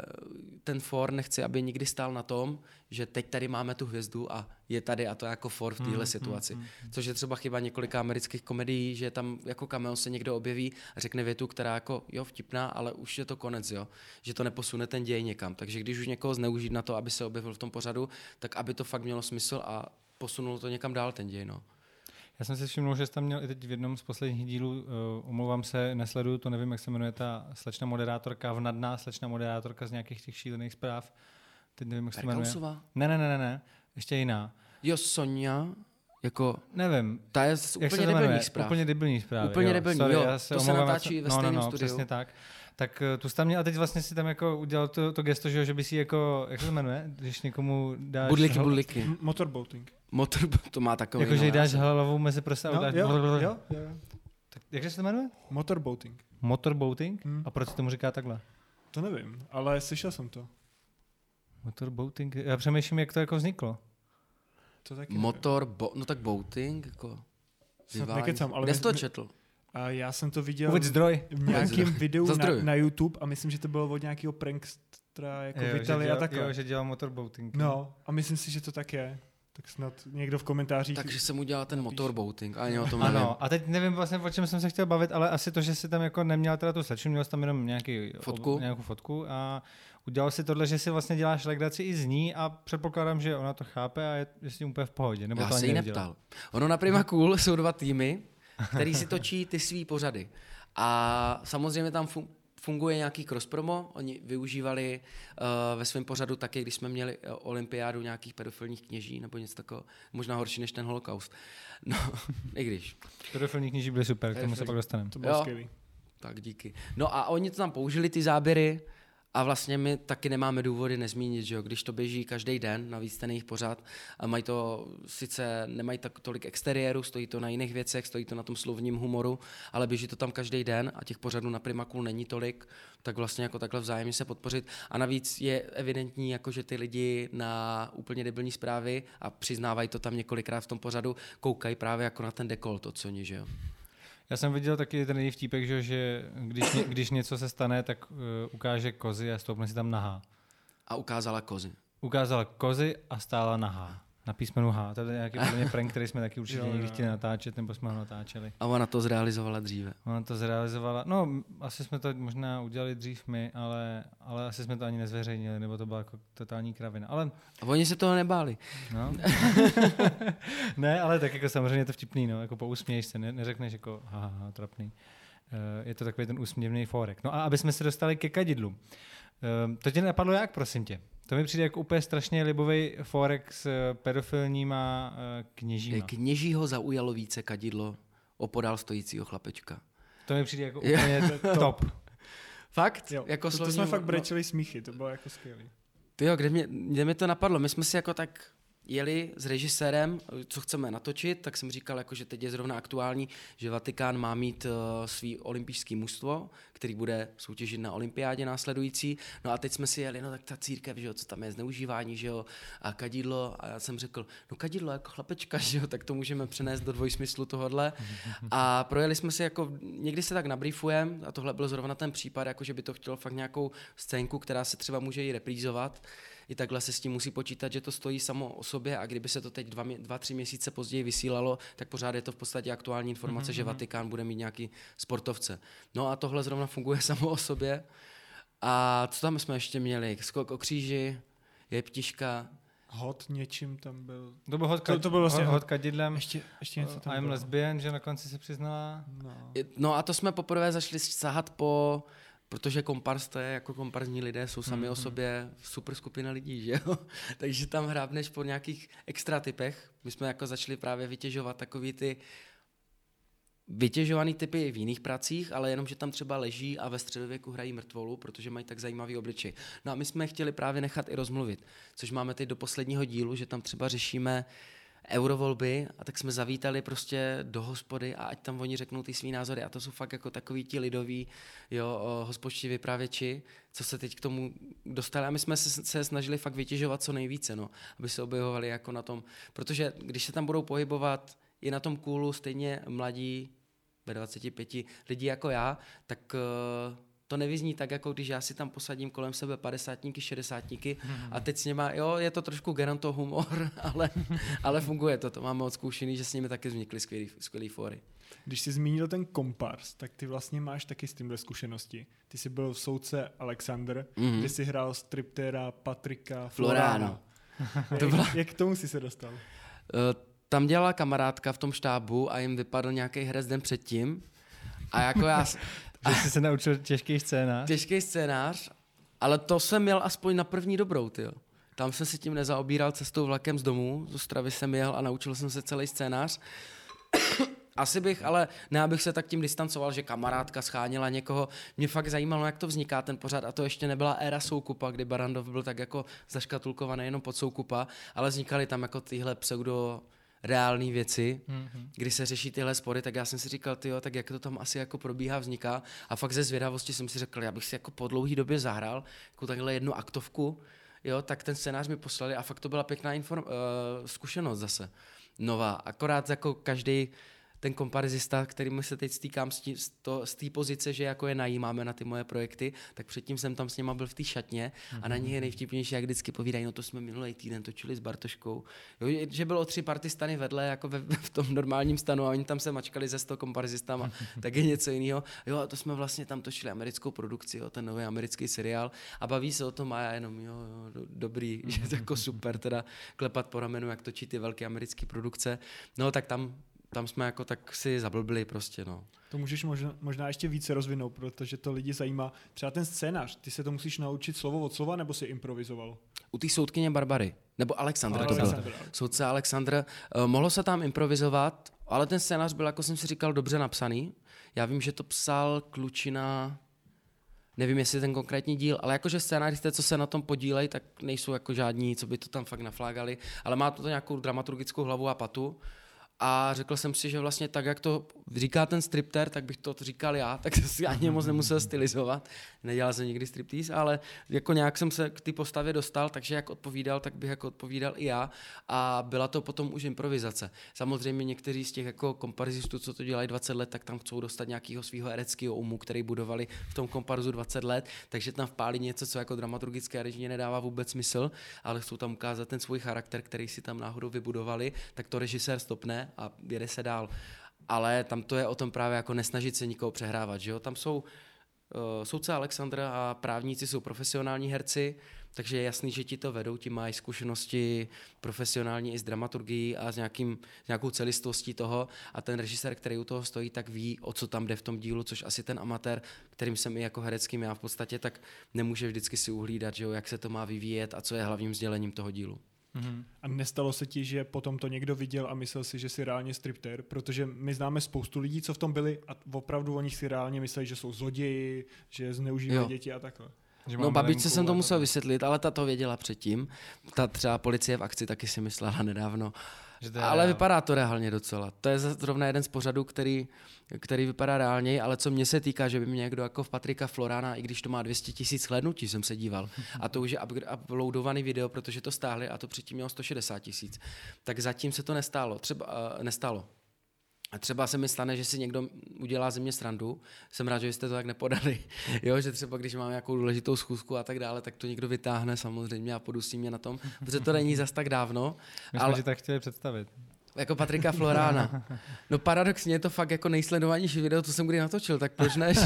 ten for nechci, aby nikdy stál na tom, že teď tady máme tu hvězdu a je tady a to je jako for v téhle mm, situaci. Mm, mm. Což je třeba chyba několika amerických komedií, že tam jako cameo se někdo objeví a řekne větu, která jako jo vtipná, ale už je to konec, jo, že to neposune ten děj někam. Takže když už někoho zneužít na to, aby se objevil v tom pořadu, tak aby to fakt mělo smysl a posunulo to někam dál ten děj, no. Já jsem si všiml, že jsi tam měl i teď v jednom z posledních dílů, uh, omlouvám se, nesleduju to, nevím, jak se jmenuje ta slečna moderátorka, vnadná slečna moderátorka z nějakých těch šílených zpráv. Teď nevím, jak se jmenuje. Ne, ne, ne, ne, ne, ještě jiná. Jo, Sonja, jako... Nevím. Ta je z úplně debilní zpráv. Úplně debilní zpráv. Úplně debilní, jo. Já se to se natáčí ve no, stejném no, no, studiu. Přesně tak. Tak tu jsi tam měl a teď vlastně si tam jako udělal to, to gesto, že, že by si jako, jak se to jmenuje, když někomu dáš... Budliky, budliky. Motorboating. Motor, to má takový... Jako, že jí dáš hlavou mezi prsa a no, dáš... Jo, jo, jo. Tak, jakže se to jmenuje? Motorboating. Motorboating? Hmm. A proč se tomu říká takhle? To nevím, ale slyšel jsem to. Motorboating? Já přemýšlím, jak to jako vzniklo. To taky Motor, bo, no tak boating, jako... Nekecám, ale kde jsi to četl? A já jsem to viděl Uveď zdroj. v nějakém videu na, na YouTube a myslím, že to bylo od nějakého prankstera jako jo, Vitali a takhle. Jo, že dělal motorboating. No a myslím si, že to tak je. Tak snad někdo v komentářích... Takže jsem udělal ten motorboating, ani o tom nevím. nevím. Ano, a teď nevím vlastně, o čem jsem se chtěl bavit, ale asi to, že jsi tam jako neměl teda tu slečnu, měl jsi tam jenom nějaký, fotku. Ob, nějakou fotku a udělal si tohle, že si vlastně děláš legraci i z ní a předpokládám, že ona to chápe a je, je s tím úplně v pohodě. Nebo Já to se jí neptal. Ono na Prima Cool jsou dva týmy, který si točí ty svý pořady. A samozřejmě tam fun- funguje nějaký cross-promo, oni využívali uh, ve svém pořadu taky, když jsme měli uh, olympiádu nějakých pedofilních kněží nebo něco takového, možná horší než ten holokaust. No, i když. Pedofilní kněží byly super, k tomu se pak dostaneme. To bylo skvělý. Tak díky. No a oni to tam použili, ty záběry, a vlastně my taky nemáme důvody nezmínit, že jo, když to běží každý den, navíc ten jejich pořad, a mají to, sice nemají tak tolik exteriéru, stojí to na jiných věcech, stojí to na tom slovním humoru, ale běží to tam každý den a těch pořadů na Prima Cool není tolik, tak vlastně jako takhle vzájemně se podpořit. A navíc je evidentní, jako že ty lidi na úplně debilní zprávy, a přiznávají to tam několikrát v tom pořadu, koukají právě jako na ten dekolt, to co oni, že jo. Já jsem viděl taky ten její vtípek, že, že když, ně, když něco se stane, tak uh, ukáže kozy a stoupne si tam nahá. A ukázala kozy. Ukázala kozy a stála nahá. Na písmenu H. To je nějaký podle prank, který jsme taky určitě někdy chtěli natáčet, nebo jsme ho natáčeli. A ona to zrealizovala dříve. Ona to zrealizovala. No, asi jsme to možná udělali dřív my, ale, ale asi jsme to ani nezveřejnili, nebo to byla jako totální kravina. Ale... A oni se toho nebáli. No. Ne, ale tak jako samozřejmě je to vtipný, no, jako pousměješ se, ne, neřekneš jako haha, ha, trapný. Uh, je to takový ten úsměvný fórek. No a aby jsme se dostali ke kadidlu. Uh, to tě napadlo jak, prosím tě? To mi přijde jako úplně strašně libový fórek s pedofilníma uh, kněžíma. Kněžího zaujalo více kadidlo opodál stojícího chlapečka. To mi přijde jako úplně top. Fakt? Jo, jako to, slovní... to jsme fakt brečeli smíchy, to bylo jako skvělý. Ty jo, kde mě, kde mě to napadlo? My jsme si jako tak jeli s režisérem, co chceme natočit, tak jsem říkal, jako, že teď je zrovna aktuální, že Vatikán má mít uh, svý olympijský mužstvo, který bude soutěžit na olympiádě následující. No a teď jsme si jeli, no tak ta církev, že jo, co tam je, zneužívání, že jo, a kadidlo. A já jsem řekl, no kadidlo jako chlapečka, že jo, tak to můžeme přenést do dvojsmyslu tohodle. A projeli jsme si jako, někdy se tak nabriefujeme, a tohle byl zrovna ten případ, jako že by to chtělo fakt nějakou scénku, která se třeba může i reprízovat. i takhle se s tím musí počítat, že to stojí samo o sobě a kdyby se to teď dva, dva tři měsíce později vysílalo, tak pořád je to v podstatě aktuální informace, mm-hmm. že Vatikán bude mít nějaký sportovce. No a tohle zrovna funguje samo o sobě. A co tam jsme ještě měli? Skok o kříži, jeptiška. Hod něčím tam byl. To byl hod, to, to byl vlastně hod kadidlem. Ještě, ještě něco tam I'm bylo. lesbian, že na konci se přiznala. No. no a to jsme poprvé zašli sahat po, protože kompars to je jako komparzní lidé, jsou sami mm-hmm. o sobě super skupina lidí, že jo? Takže tam hrábneš po nějakých extra typech. My jsme jako začali právě vytěžovat takový ty vytěžovaný typy v jiných pracích, ale jenom, že tam třeba leží a ve středověku hrají mrtvolu, protože mají tak zajímavý obličej. No a my jsme chtěli právě nechat i rozmluvit, což máme teď do posledního dílu, že tam třeba řešíme eurovolby a tak jsme zavítali prostě do hospody a ať tam oni řeknou ty svý názory a to jsou fakt jako takový ti lidoví, jo, hospodští vypravěči, co se teď k tomu dostali a my jsme se, se snažili fakt vytěžovat co nejvíce, no, aby se objevovali jako na tom, protože když se tam budou pohybovat i na tom kůlu stejně mladí, ve dvaceti pěti lidí jako já, tak uh, to nevyzní tak, jako když já si tam posadím kolem sebe padesátníky, šedesátníky a teď s něma, jo, je to trošku geronto humor, ale, ale funguje to, to máme odzkoušený, že s nimi taky vznikly skvělý, skvělý fóry. Když jsi zmínil ten kompars, tak ty vlastně máš taky s tímhle zkušenosti. Ty jsi byl v Soudce Alexander, mm-hmm. kde jsi hrál striptéra Patrika Florano. To byla... jak, jak k tomu jsi se dostal? Uh, Tam dělala kamarádka v tom štábu a jim vypadl nějaký herec den předtím. A jako já... Že jsi se naučil těžký scénář? Těžký scénář, ale to jsem měl aspoň na první dobrou, tyjo. Tam jsem si tím nezaobíral cestou vlakem z domu, z Ostravy jsem jel a naučil jsem se celý scénář. Asi bych, ale ne, abych se tak tím distancoval, že kamarádka scháněla někoho. Mě fakt zajímalo, jak to vzniká ten pořad a to ještě nebyla éra Soukupa, kdy Barrandov byl tak jako zaškatulkovaný jenom pod Soukupa, ale vznikaly tam jako tyhle pseudo reální věci, mm-hmm. kdy se řeší tyhle spory, tak já jsem si říkal, tyjo, tak jak to tam asi jako probíhá, vzniká a fakt ze zvědavosti jsem si řekl, já bych si jako po dlouhý době zahrál jako takhle jednu aktovku, jo, tak ten scénář mi poslali a fakt to byla pěkná inform- uh, zkušenost zase, nová, akorát jako každý ten komparzista, kterým se teď stýkám z té pozice, že jako je najímáme na ty moje projekty, tak předtím jsem tam s něma byl v té šatně a na nich je nejvtipnější, jak vždycky povídají, no to jsme minulý týden točili s Bartoškou. Jo, že bylo tři party stany vedle, jako ve, v tom normálním stanu a oni tam se mačkali ze sto komparzistama, tak je něco jiného. Jo, a to jsme vlastně tam točili americkou produkci, jo, ten nový americký seriál a baví se o tom a já jenom, jo, jo do, dobrý, že to jako super, teda klepat po ramenu, jak točí ty velké americké produkce. No tak tam tam jsme jako tak si zablbili prostě, no. To můžeš možná, možná ještě více rozvinout, protože to lidi zajímá. Třeba ten scénář, ty se to musíš naučit slovo od slova, nebo si improvizoval? U té soudkyně Barbary, nebo Alexandra to byl. Soudce Alexandr. Uh, mohlo se tam improvizovat, ale ten scénář byl, jako jsem si říkal, dobře napsaný. Já vím, že to psal Klučina, nevím, jestli ten konkrétní díl, ale jakože scénáristé, co se na tom podílejí, tak nejsou jako žádní, co by to tam fakt naflágali, ale má to nějakou dramaturgickou hlavu a patu. A řekl jsem si, že vlastně tak, jak to říká ten stripter, tak bych to říkal já, tak si ani moc nemusel stylizovat. Nedělal jsem nikdy striptease, ale jako nějak jsem se k té postavě dostal, takže jak odpovídal, tak bych jako odpovídal i já. A byla to potom už improvizace. Samozřejmě někteří z těch jako komparzistů, co to dělají dvacet let, tak tam chcou dostat nějakého svého hereckého umu, který budovali v tom komparzu dvacet let, takže tam vpálí něco, co jako dramaturgické režimě nedává vůbec smysl, ale chcou tam ukázat ten svůj charakter, který si tam náhodou vybudovali, tak to režisér stopne a jede se dál. Ale tam to je o tom právě jako nesnažit se nikoho přehrávat, že jo? Tam jsou uh, soudce Alexandra a právníci jsou profesionální herci, takže je jasný, že ti to vedou, ti mají zkušenosti profesionální i s dramaturgií a s, nějakým, s nějakou celistvostí toho a ten režisér, který u toho stojí, tak ví, o co tam jde v tom dílu, což asi ten amatér, kterým jsem i jako hereckým já v podstatě, tak nemůže vždycky si uhlídat, že jo, jak se to má vyvíjet a co je hlavním sdělením toho dílu. Mm-hmm. A nestalo se ti, že potom to někdo viděl a myslel si, že jsi reálně striptér? Protože my známe spoustu lidí, co v tom byli a opravdu o nich si reálně mysleli, že jsou zloději, že zneužívají děti a takhle. No babičce jsem to musel vysvětlit, ale ta to věděla předtím. Ta třeba policie v akci taky si myslela nedávno. Ale vypadá to reálně docela. To je zrovna jeden z pořadů, který, který vypadá reálněji, ale co mě se týká, že by mě někdo jako v Patrika Florana, i když to má dvě stě tisíc shlédnutí, jsem se díval, a to už je uploadovaný video, protože to stáhli a to předtím mělo sto šedesát tisíc, tak zatím se to nestálo. Třeba uh, nestálo. A třeba se mi stane, že si někdo udělá ze mě srandu. Jsem rád, že jste to tak nepodali. Jo, že třeba když mám nějakou důležitou schůzku a tak dále, tak to někdo vytáhne samozřejmě a podusí mě na tom, protože to není zas tak dávno. My ale... jsme si tak chtěli představit. Jako Patrika Florána. No paradoxně je to fakt jako nejsledovanější video, co jsem kdy natočil, tak proč ne?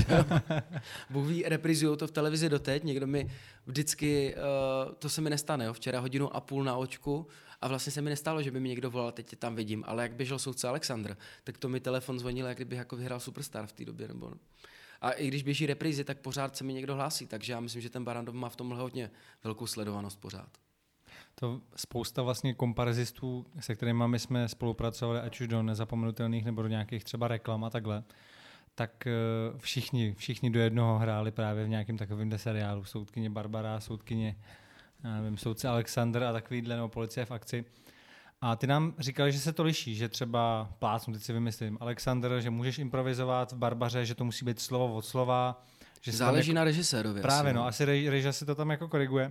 Bůh ví, reprizujou to v televizi doteď, někdo mi vždycky, uh, to se mi nestane, jo? Včera hodinu a půl na očku a vlastně se mi nestalo, že by mi někdo volal, teď tě tam vidím, ale jak běžel soudce Alexandr, tak to mi telefon zvonil, jak kdybych jako vyhrál Superstar v té době. Nebo... A i když běží reprízy, tak pořád se mi někdo hlásí, takže já myslím, že ten Barrandov má v tomhle hodně velkou sledovanost pořád. To spousta vlastně komparzistů, se kterými my jsme spolupracovali, ať už do nezapomenutelných nebo do nějakých třeba reklam a takhle, tak všichni, všichni do jednoho hráli právě v nějakém takovém seriálu. Soudkyně Barbara, soudkyně, já nevím, soudce Alexandr a takovýhle, nebo policie v akci. A ty nám říkali, že se to liší, že třeba plácnu, teď si vymyslím, Alexandr, že můžeš improvizovat, v Barbaře, že to musí být slovo od slova. Že záleží jako, na režisérovi. Právě, asi, no, asi režisér si to tam jako koriguje.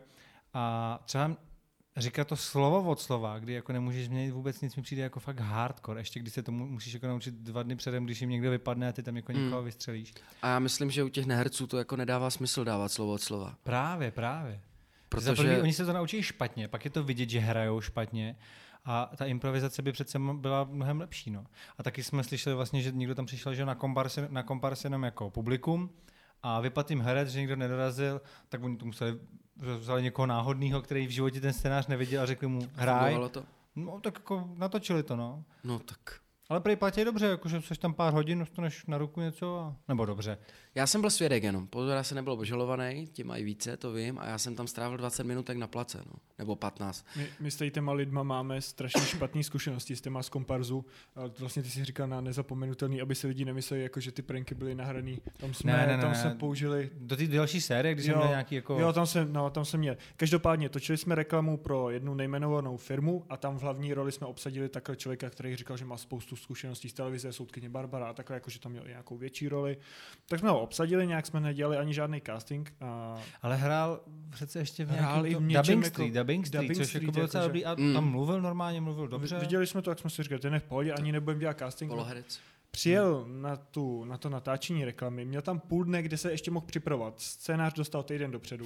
A třeba říká to slovo od slova, kdy jako nemůžeš změnit vůbec nic, mi přijde jako fakt hardcore, ještě když se to musíš jako naučit dva dny předem, když jim někdo vypadne a ty tam jako někoho hmm. vystřelíš. A já myslím, že u těch neherců to jako nedává smysl dávat slovo od slova. Právě, právě. Protože Zaprvé, oni se to naučí špatně, pak je to vidět, že hrajou špatně a ta improvizace by přece byla mnohem lepší. No. A taky jsme slyšeli vlastně, že někdo tam přišel že na kompars, na kompars jenom jako publikum a vypadl jim herec, že někdo nedorazil, tak oni to museli vzali někoho náhodného, který v životě ten scénář neviděl a řekli mu hraj. To? No tak jako natočili to, no. No tak. Ale prý platí dobře, jakože jsi tam pár hodin, dostaneš na ruku něco a... Nebo dobře. Já jsem byl svědek jenom, pozor, já jsem nebyl obžalovaný, ti mají více, to vím, a já jsem tam strávil dvacet minutek na place, no. Nebo patnáct. My, my s těma lidma máme strašně špatné zkušenosti s těma z komparzu. Vlastně ty jsi říkal na nezapomenutelný, aby si lidi nemysleli, jako, že ty pranky byly nahraný. Tam jsme, ne, ne, ne, tam ne. jsme použili... Do té další série, když jsme měli nějaký jako... Jo, tam jsem, no, tam jsem měl. Každopádně, točili jsme reklamu pro jednu nejmenovanou firmu a tam v hlavní roli jsme obsadili takhle člověka, který říkal, že má spoustu zkušeností z televize, soudkyně Barbara a takhle, jako, že tam měl i nějakou větší roli. Tak jsme ho obsadili, nějak jsme nedělali ani žádný casting. A... Ale hrál přece ještě v hrál nějakém i v Dubbing jako, Street, Dubbing Street, Dubbing což Street, jako bylo docela dobrý a mm. tam mluvil normálně, mluvil dobře. Viděli jsme to, jak jsme si říkali, ten je v pohodě, ani nebudeme dělat casting. Poloherec. Přijel na, tu, na to natáčení reklamy, měl tam půl dne, kde se ještě mohl připravovat. Scénář dostal týden dopředu.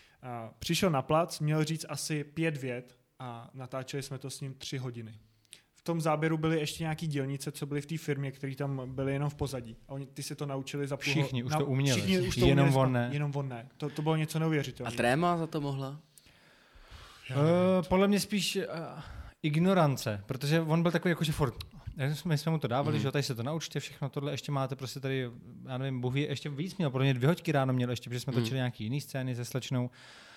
A přišel na plac, měl říct asi pět vět a natáčeli jsme to s ním tři hodiny. V tom záběru byly ještě nějaký dělnice, co byly v té firmě, které tam byly jenom v pozadí. A oni ty se to naučili za půl Všichni už na, to uměli. Všichni už to jenom uměli, on ne. Jenom on ne. To, to bylo něco neuvěřitelného. A Tréma za to mohla? Uh, podle mě spíš uh, ignorance, protože on byl takový jakože furt, my jsme mu to dávali, mm. že tady se to naučte, všechno tohle ještě máte prostě tady, já nevím, Bůh ví, ještě víc měl, podle mě dvě hoďky ráno měl ještě, protože jsme mm. točili nějaký jiný scény se slečnou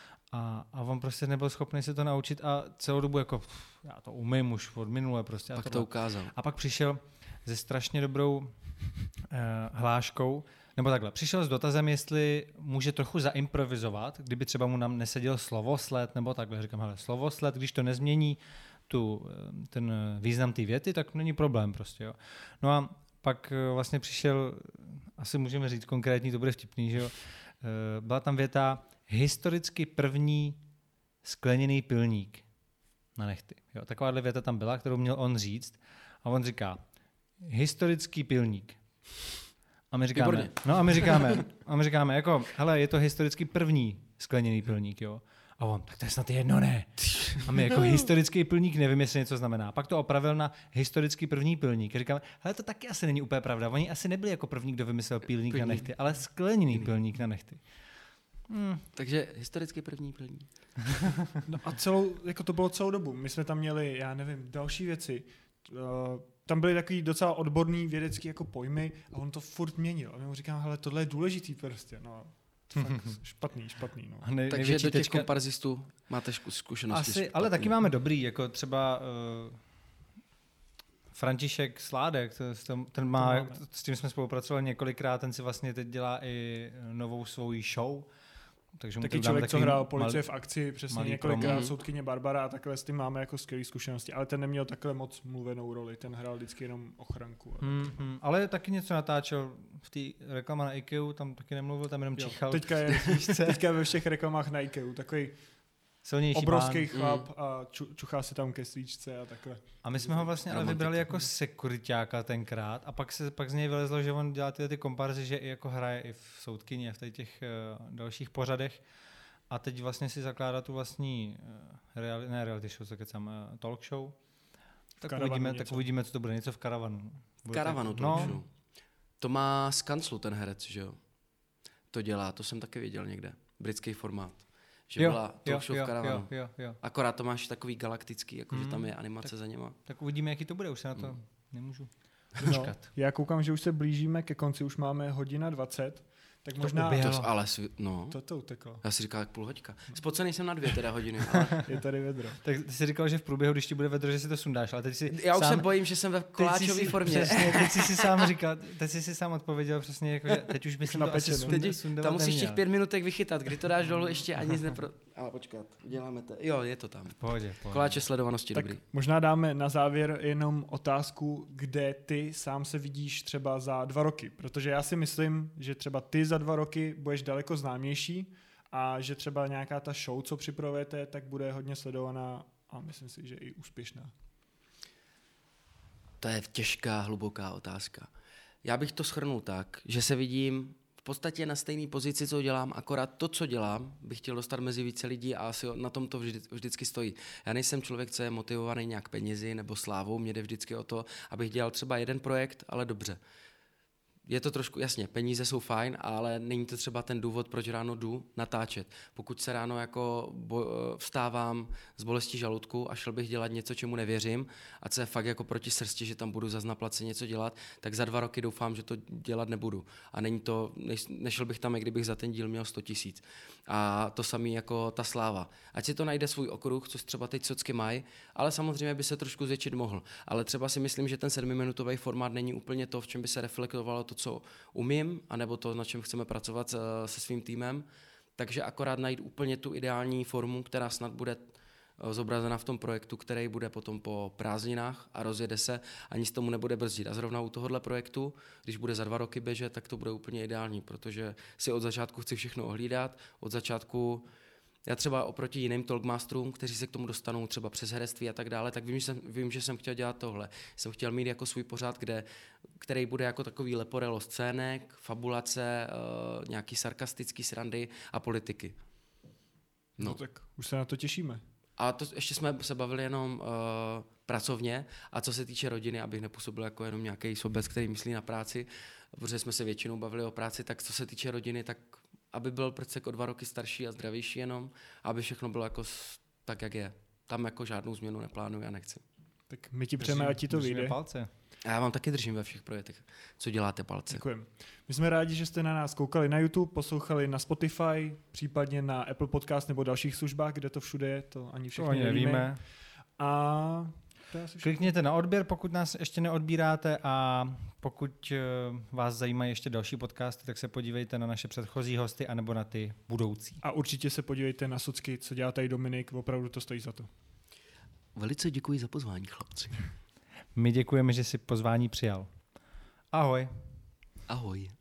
a, a on prostě nebyl schopný se to naučit a celou dobu jako, pff, já to umím už od minule prostě. Pak a to ukázal. A pak přišel se strašně dobrou uh, hláškou, nebo takhle, přišel s dotazem, jestli může trochu zaimprovizovat, kdyby třeba mu nám neseděl slovosled, nebo takhle, říkám, hele, slovosled, když to nezmění tu, ten význam té věty, tak není problém prostě, jo. No a pak vlastně přišel, asi můžeme říct konkrétní, to bude vtipný, že jo, byla tam věta, historicky první skleněný pilník na nehty. Jo, takováhle věta tam byla, kterou měl on říct a on říká, historický pilník. A my říkáme, Výborně. no a my říkáme, a my říkáme, jako, hele, je to historicky první skleněný pilník, jo. A on, tak to je snad jedno, ne. A my jako historický pilník, nevím, jestli něco znamená. Pak to opravil na historický první pilník. A říkáme, hele, to taky asi není úplně pravda. Oni asi nebyli jako první, kdo vymyslel pilník pilník. na nehty, ale skleněný pilník na nehty. Hmm. Takže historicky první pilník. No a celou, jako to bylo celou dobu. My jsme tam měli, já nevím, další věci. Uh, tam byly takový docela odborný vědecký jako pojmy a on to furt měnil. A my mu říkám, hele, tohle je důležitý prostě. No, fakt špatný, špatný. No. Nej, Takže do těch tečka... komparzistů máte zkušenosti. Asi, ale taky máme dobrý, jako třeba uh, František Sládek, ten, ten má, s tím jsme spolupracovali několikrát, ten si vlastně teď dělá i novou svou show. Takže taky člověk, co hrál Policie v akci, přesně několikrát soudkyně Barbara a takhle s tím máme jako skvělé zkušenosti, ale ten neměl takhle moc mluvenou roli, ten hrál vždycky jenom ochranku. Hmm, hmm. Ale taky něco natáčel v té reklama na IKEA, tam taky nemluvil, tam jenom čichal. Teďka je, teďka je ve všech reklamách na IKEA, takový silnější obrovský pán. chlap mm. a ču, čuchá si tam ke svíčce a takhle. A my jsme ho vlastně ale vybrali jako sekuriťáka tenkrát a pak se pak z něj vylezlo, že on dělá tyhle ty komparzy, že i jako hraje i v Soudkyni a v těch uh, dalších pořadech. A teď vlastně si zakládá tu vlastní uh, reali, ne reality show, co kecám, uh, talk show. Tak uvidíme, tak uvidíme, co to bude. Něco v karavanu. V karavanu to no. To má z kanclu ten herec, že jo? To dělá, to jsem taky viděl někde. Britský formát. Že jo, byla talk show jo, v karavanu. Jo, jo, jo. Akorát to máš takový galaktický, jako mm, že tam je animace tak, za něma. Tak uvidíme, jaký to bude, už se na to mm. nemůžu dočkat. No, já koukám, že už se blížíme ke konci, už máme hodina dvacet. Tak to možná... To ale, no. To to uteklo. Já si říkal, jak půl hoďka. Spocený jsem na dvě teda hodiny. Ale... Je tady vedro. Tak ty jsi říkal, že v průběhu, když ti bude vedro, že si to sundáš, ale teď si Já už sám... se bojím, že jsem ve koláčové formě. Přesně, teď jsi si sám říkal, teď jsi si sám odpověděl přesně, jako, že teď už bych to asi sunda, sundávat tam musíš neměl. těch pět minutek vychytat, kdy to dáš dolů ještě a nic nepro... Ale počkat, uděláme to. Jo, je to tam. V pohodě, v pohodě. Koláče sledovanosti, tak dobrý. Možná dáme na závěr jenom otázku, kde ty sám se vidíš třeba za dva roky, protože já si myslím, že třeba ty za dva roky budeš daleko známější a že třeba nějaká ta show, co připravujete, tak bude hodně sledovaná a myslím si, že i úspěšná. To je těžká, hluboká otázka. Já bych to shrnul tak, že se vidím v podstatě na stejné pozici, co dělám, akorát to, co dělám, bych chtěl dostat mezi více lidí a asi na tom to vždy, vždycky stojí. Já nejsem člověk, co je motivovaný nějak penězi nebo slávou, mě jde vždycky o to, abych dělal třeba jeden projekt, ale dobře. Je to trošku, jasně, peníze jsou fajn, ale není to třeba ten důvod, proč ráno jdu natáčet. Pokud se ráno jako bo, vstávám z bolesti žaludku a šel bych dělat něco, čemu nevěřím, a co je fakt jako proti srsti, že tam budu zas na place něco dělat, tak za dva roky doufám, že to dělat nebudu. A není to, nešel bych tam, i kdybych za ten díl měl sto tisíc. A to samé jako ta sláva. Ať si to najde svůj okruh, což třeba teď socky mají, ale samozřejmě by se trošku zvětšit mohl. Ale třeba si myslím, že ten sedmiminutový formát není úplně to, v čem by se reflektovalo to, co umím, anebo to, na čem chceme pracovat se svým týmem. Takže akorát najít úplně tu ideální formu, která snad bude zobrazena v tom projektu, který bude potom po prázdninách a rozjede se a nic tomu nebude brzdit. A zrovna u tohohle projektu, když bude za dva roky běžet, tak to bude úplně ideální, protože si od začátku chci všechno ohlídat, od začátku já třeba oproti jiným talkmasterům, kteří se k tomu dostanou třeba přes herectví a tak dále, tak vím, že jsem, vím, že jsem chtěl dělat tohle. Jsem chtěl mít jako svůj pořad, kde, který bude jako takový leporelo scének, fabulace, uh, nějaký sarkastický srandy a politiky. No. no tak už se na to těšíme. A to ještě jsme se bavili jenom uh, pracovně a co se týče rodiny, abych nepůsobil jako jenom nějaký sobec, který myslí na práci, protože jsme se většinou bavili o práci, tak co se týče rodiny, tak aby byl prcek o dva roky starší a zdravější jenom, aby všechno bylo jako tak, jak je. Tam jako žádnou změnu neplánuji a nechci. Tak my ti přejeme, ať ti to vyjde. Palce. A já vám taky držím ve všech projektech, co děláte palce. Děkujeme. My jsme rádi, že jste na nás koukali na YouTube, poslouchali na Spotify, případně na Apple Podcast nebo dalších službách, kde to všude je, to ani všechny to nevíme. nevíme. A klikněte na odběr, pokud nás ještě neodbíráte, a pokud vás zajímají ještě další podcasty, tak se podívejte na naše předchozí hosty anebo na ty budoucí. A určitě se podívejte na socky, co dělá tady Dominik, opravdu to stojí za to. Velice děkuji za pozvání, chlapci. My děkujeme, že jsi pozvání přijal. Ahoj. Ahoj.